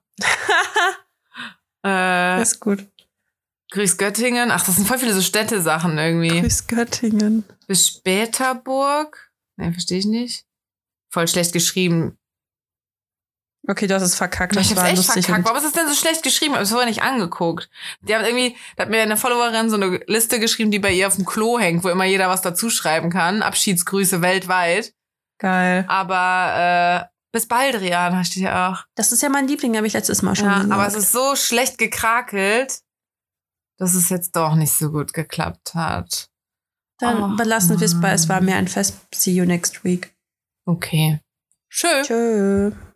äh, das ist gut. Grüß Göttingen. Ach, das sind voll viele so Städtesachen irgendwie. Grüß Göttingen. Bis Späterburg. Nein, verstehe ich nicht. Voll schlecht geschrieben. Okay, du hast es verkackt. Das ich war hab's echt lustig. verkackt. Warum ist das denn so schlecht geschrieben? Ich hab's vorher nicht angeguckt. Die haben irgendwie, da hat mir eine Followerin so eine Liste geschrieben, die bei ihr auf dem Klo hängt, wo immer jeder was dazu schreiben kann. Abschiedsgrüße weltweit. Geil. Aber äh, bis bald, Rian, steht ja auch. Das ist ja mein Liebling, habe ich letztes Mal schon ja, gesagt. Aber es ist so schlecht gekrakelt, dass es jetzt doch nicht so gut geklappt hat. Dann oh, belassen wir es bei, es war mir ein Fest. See you next week. Okay. Tschö. Tschö.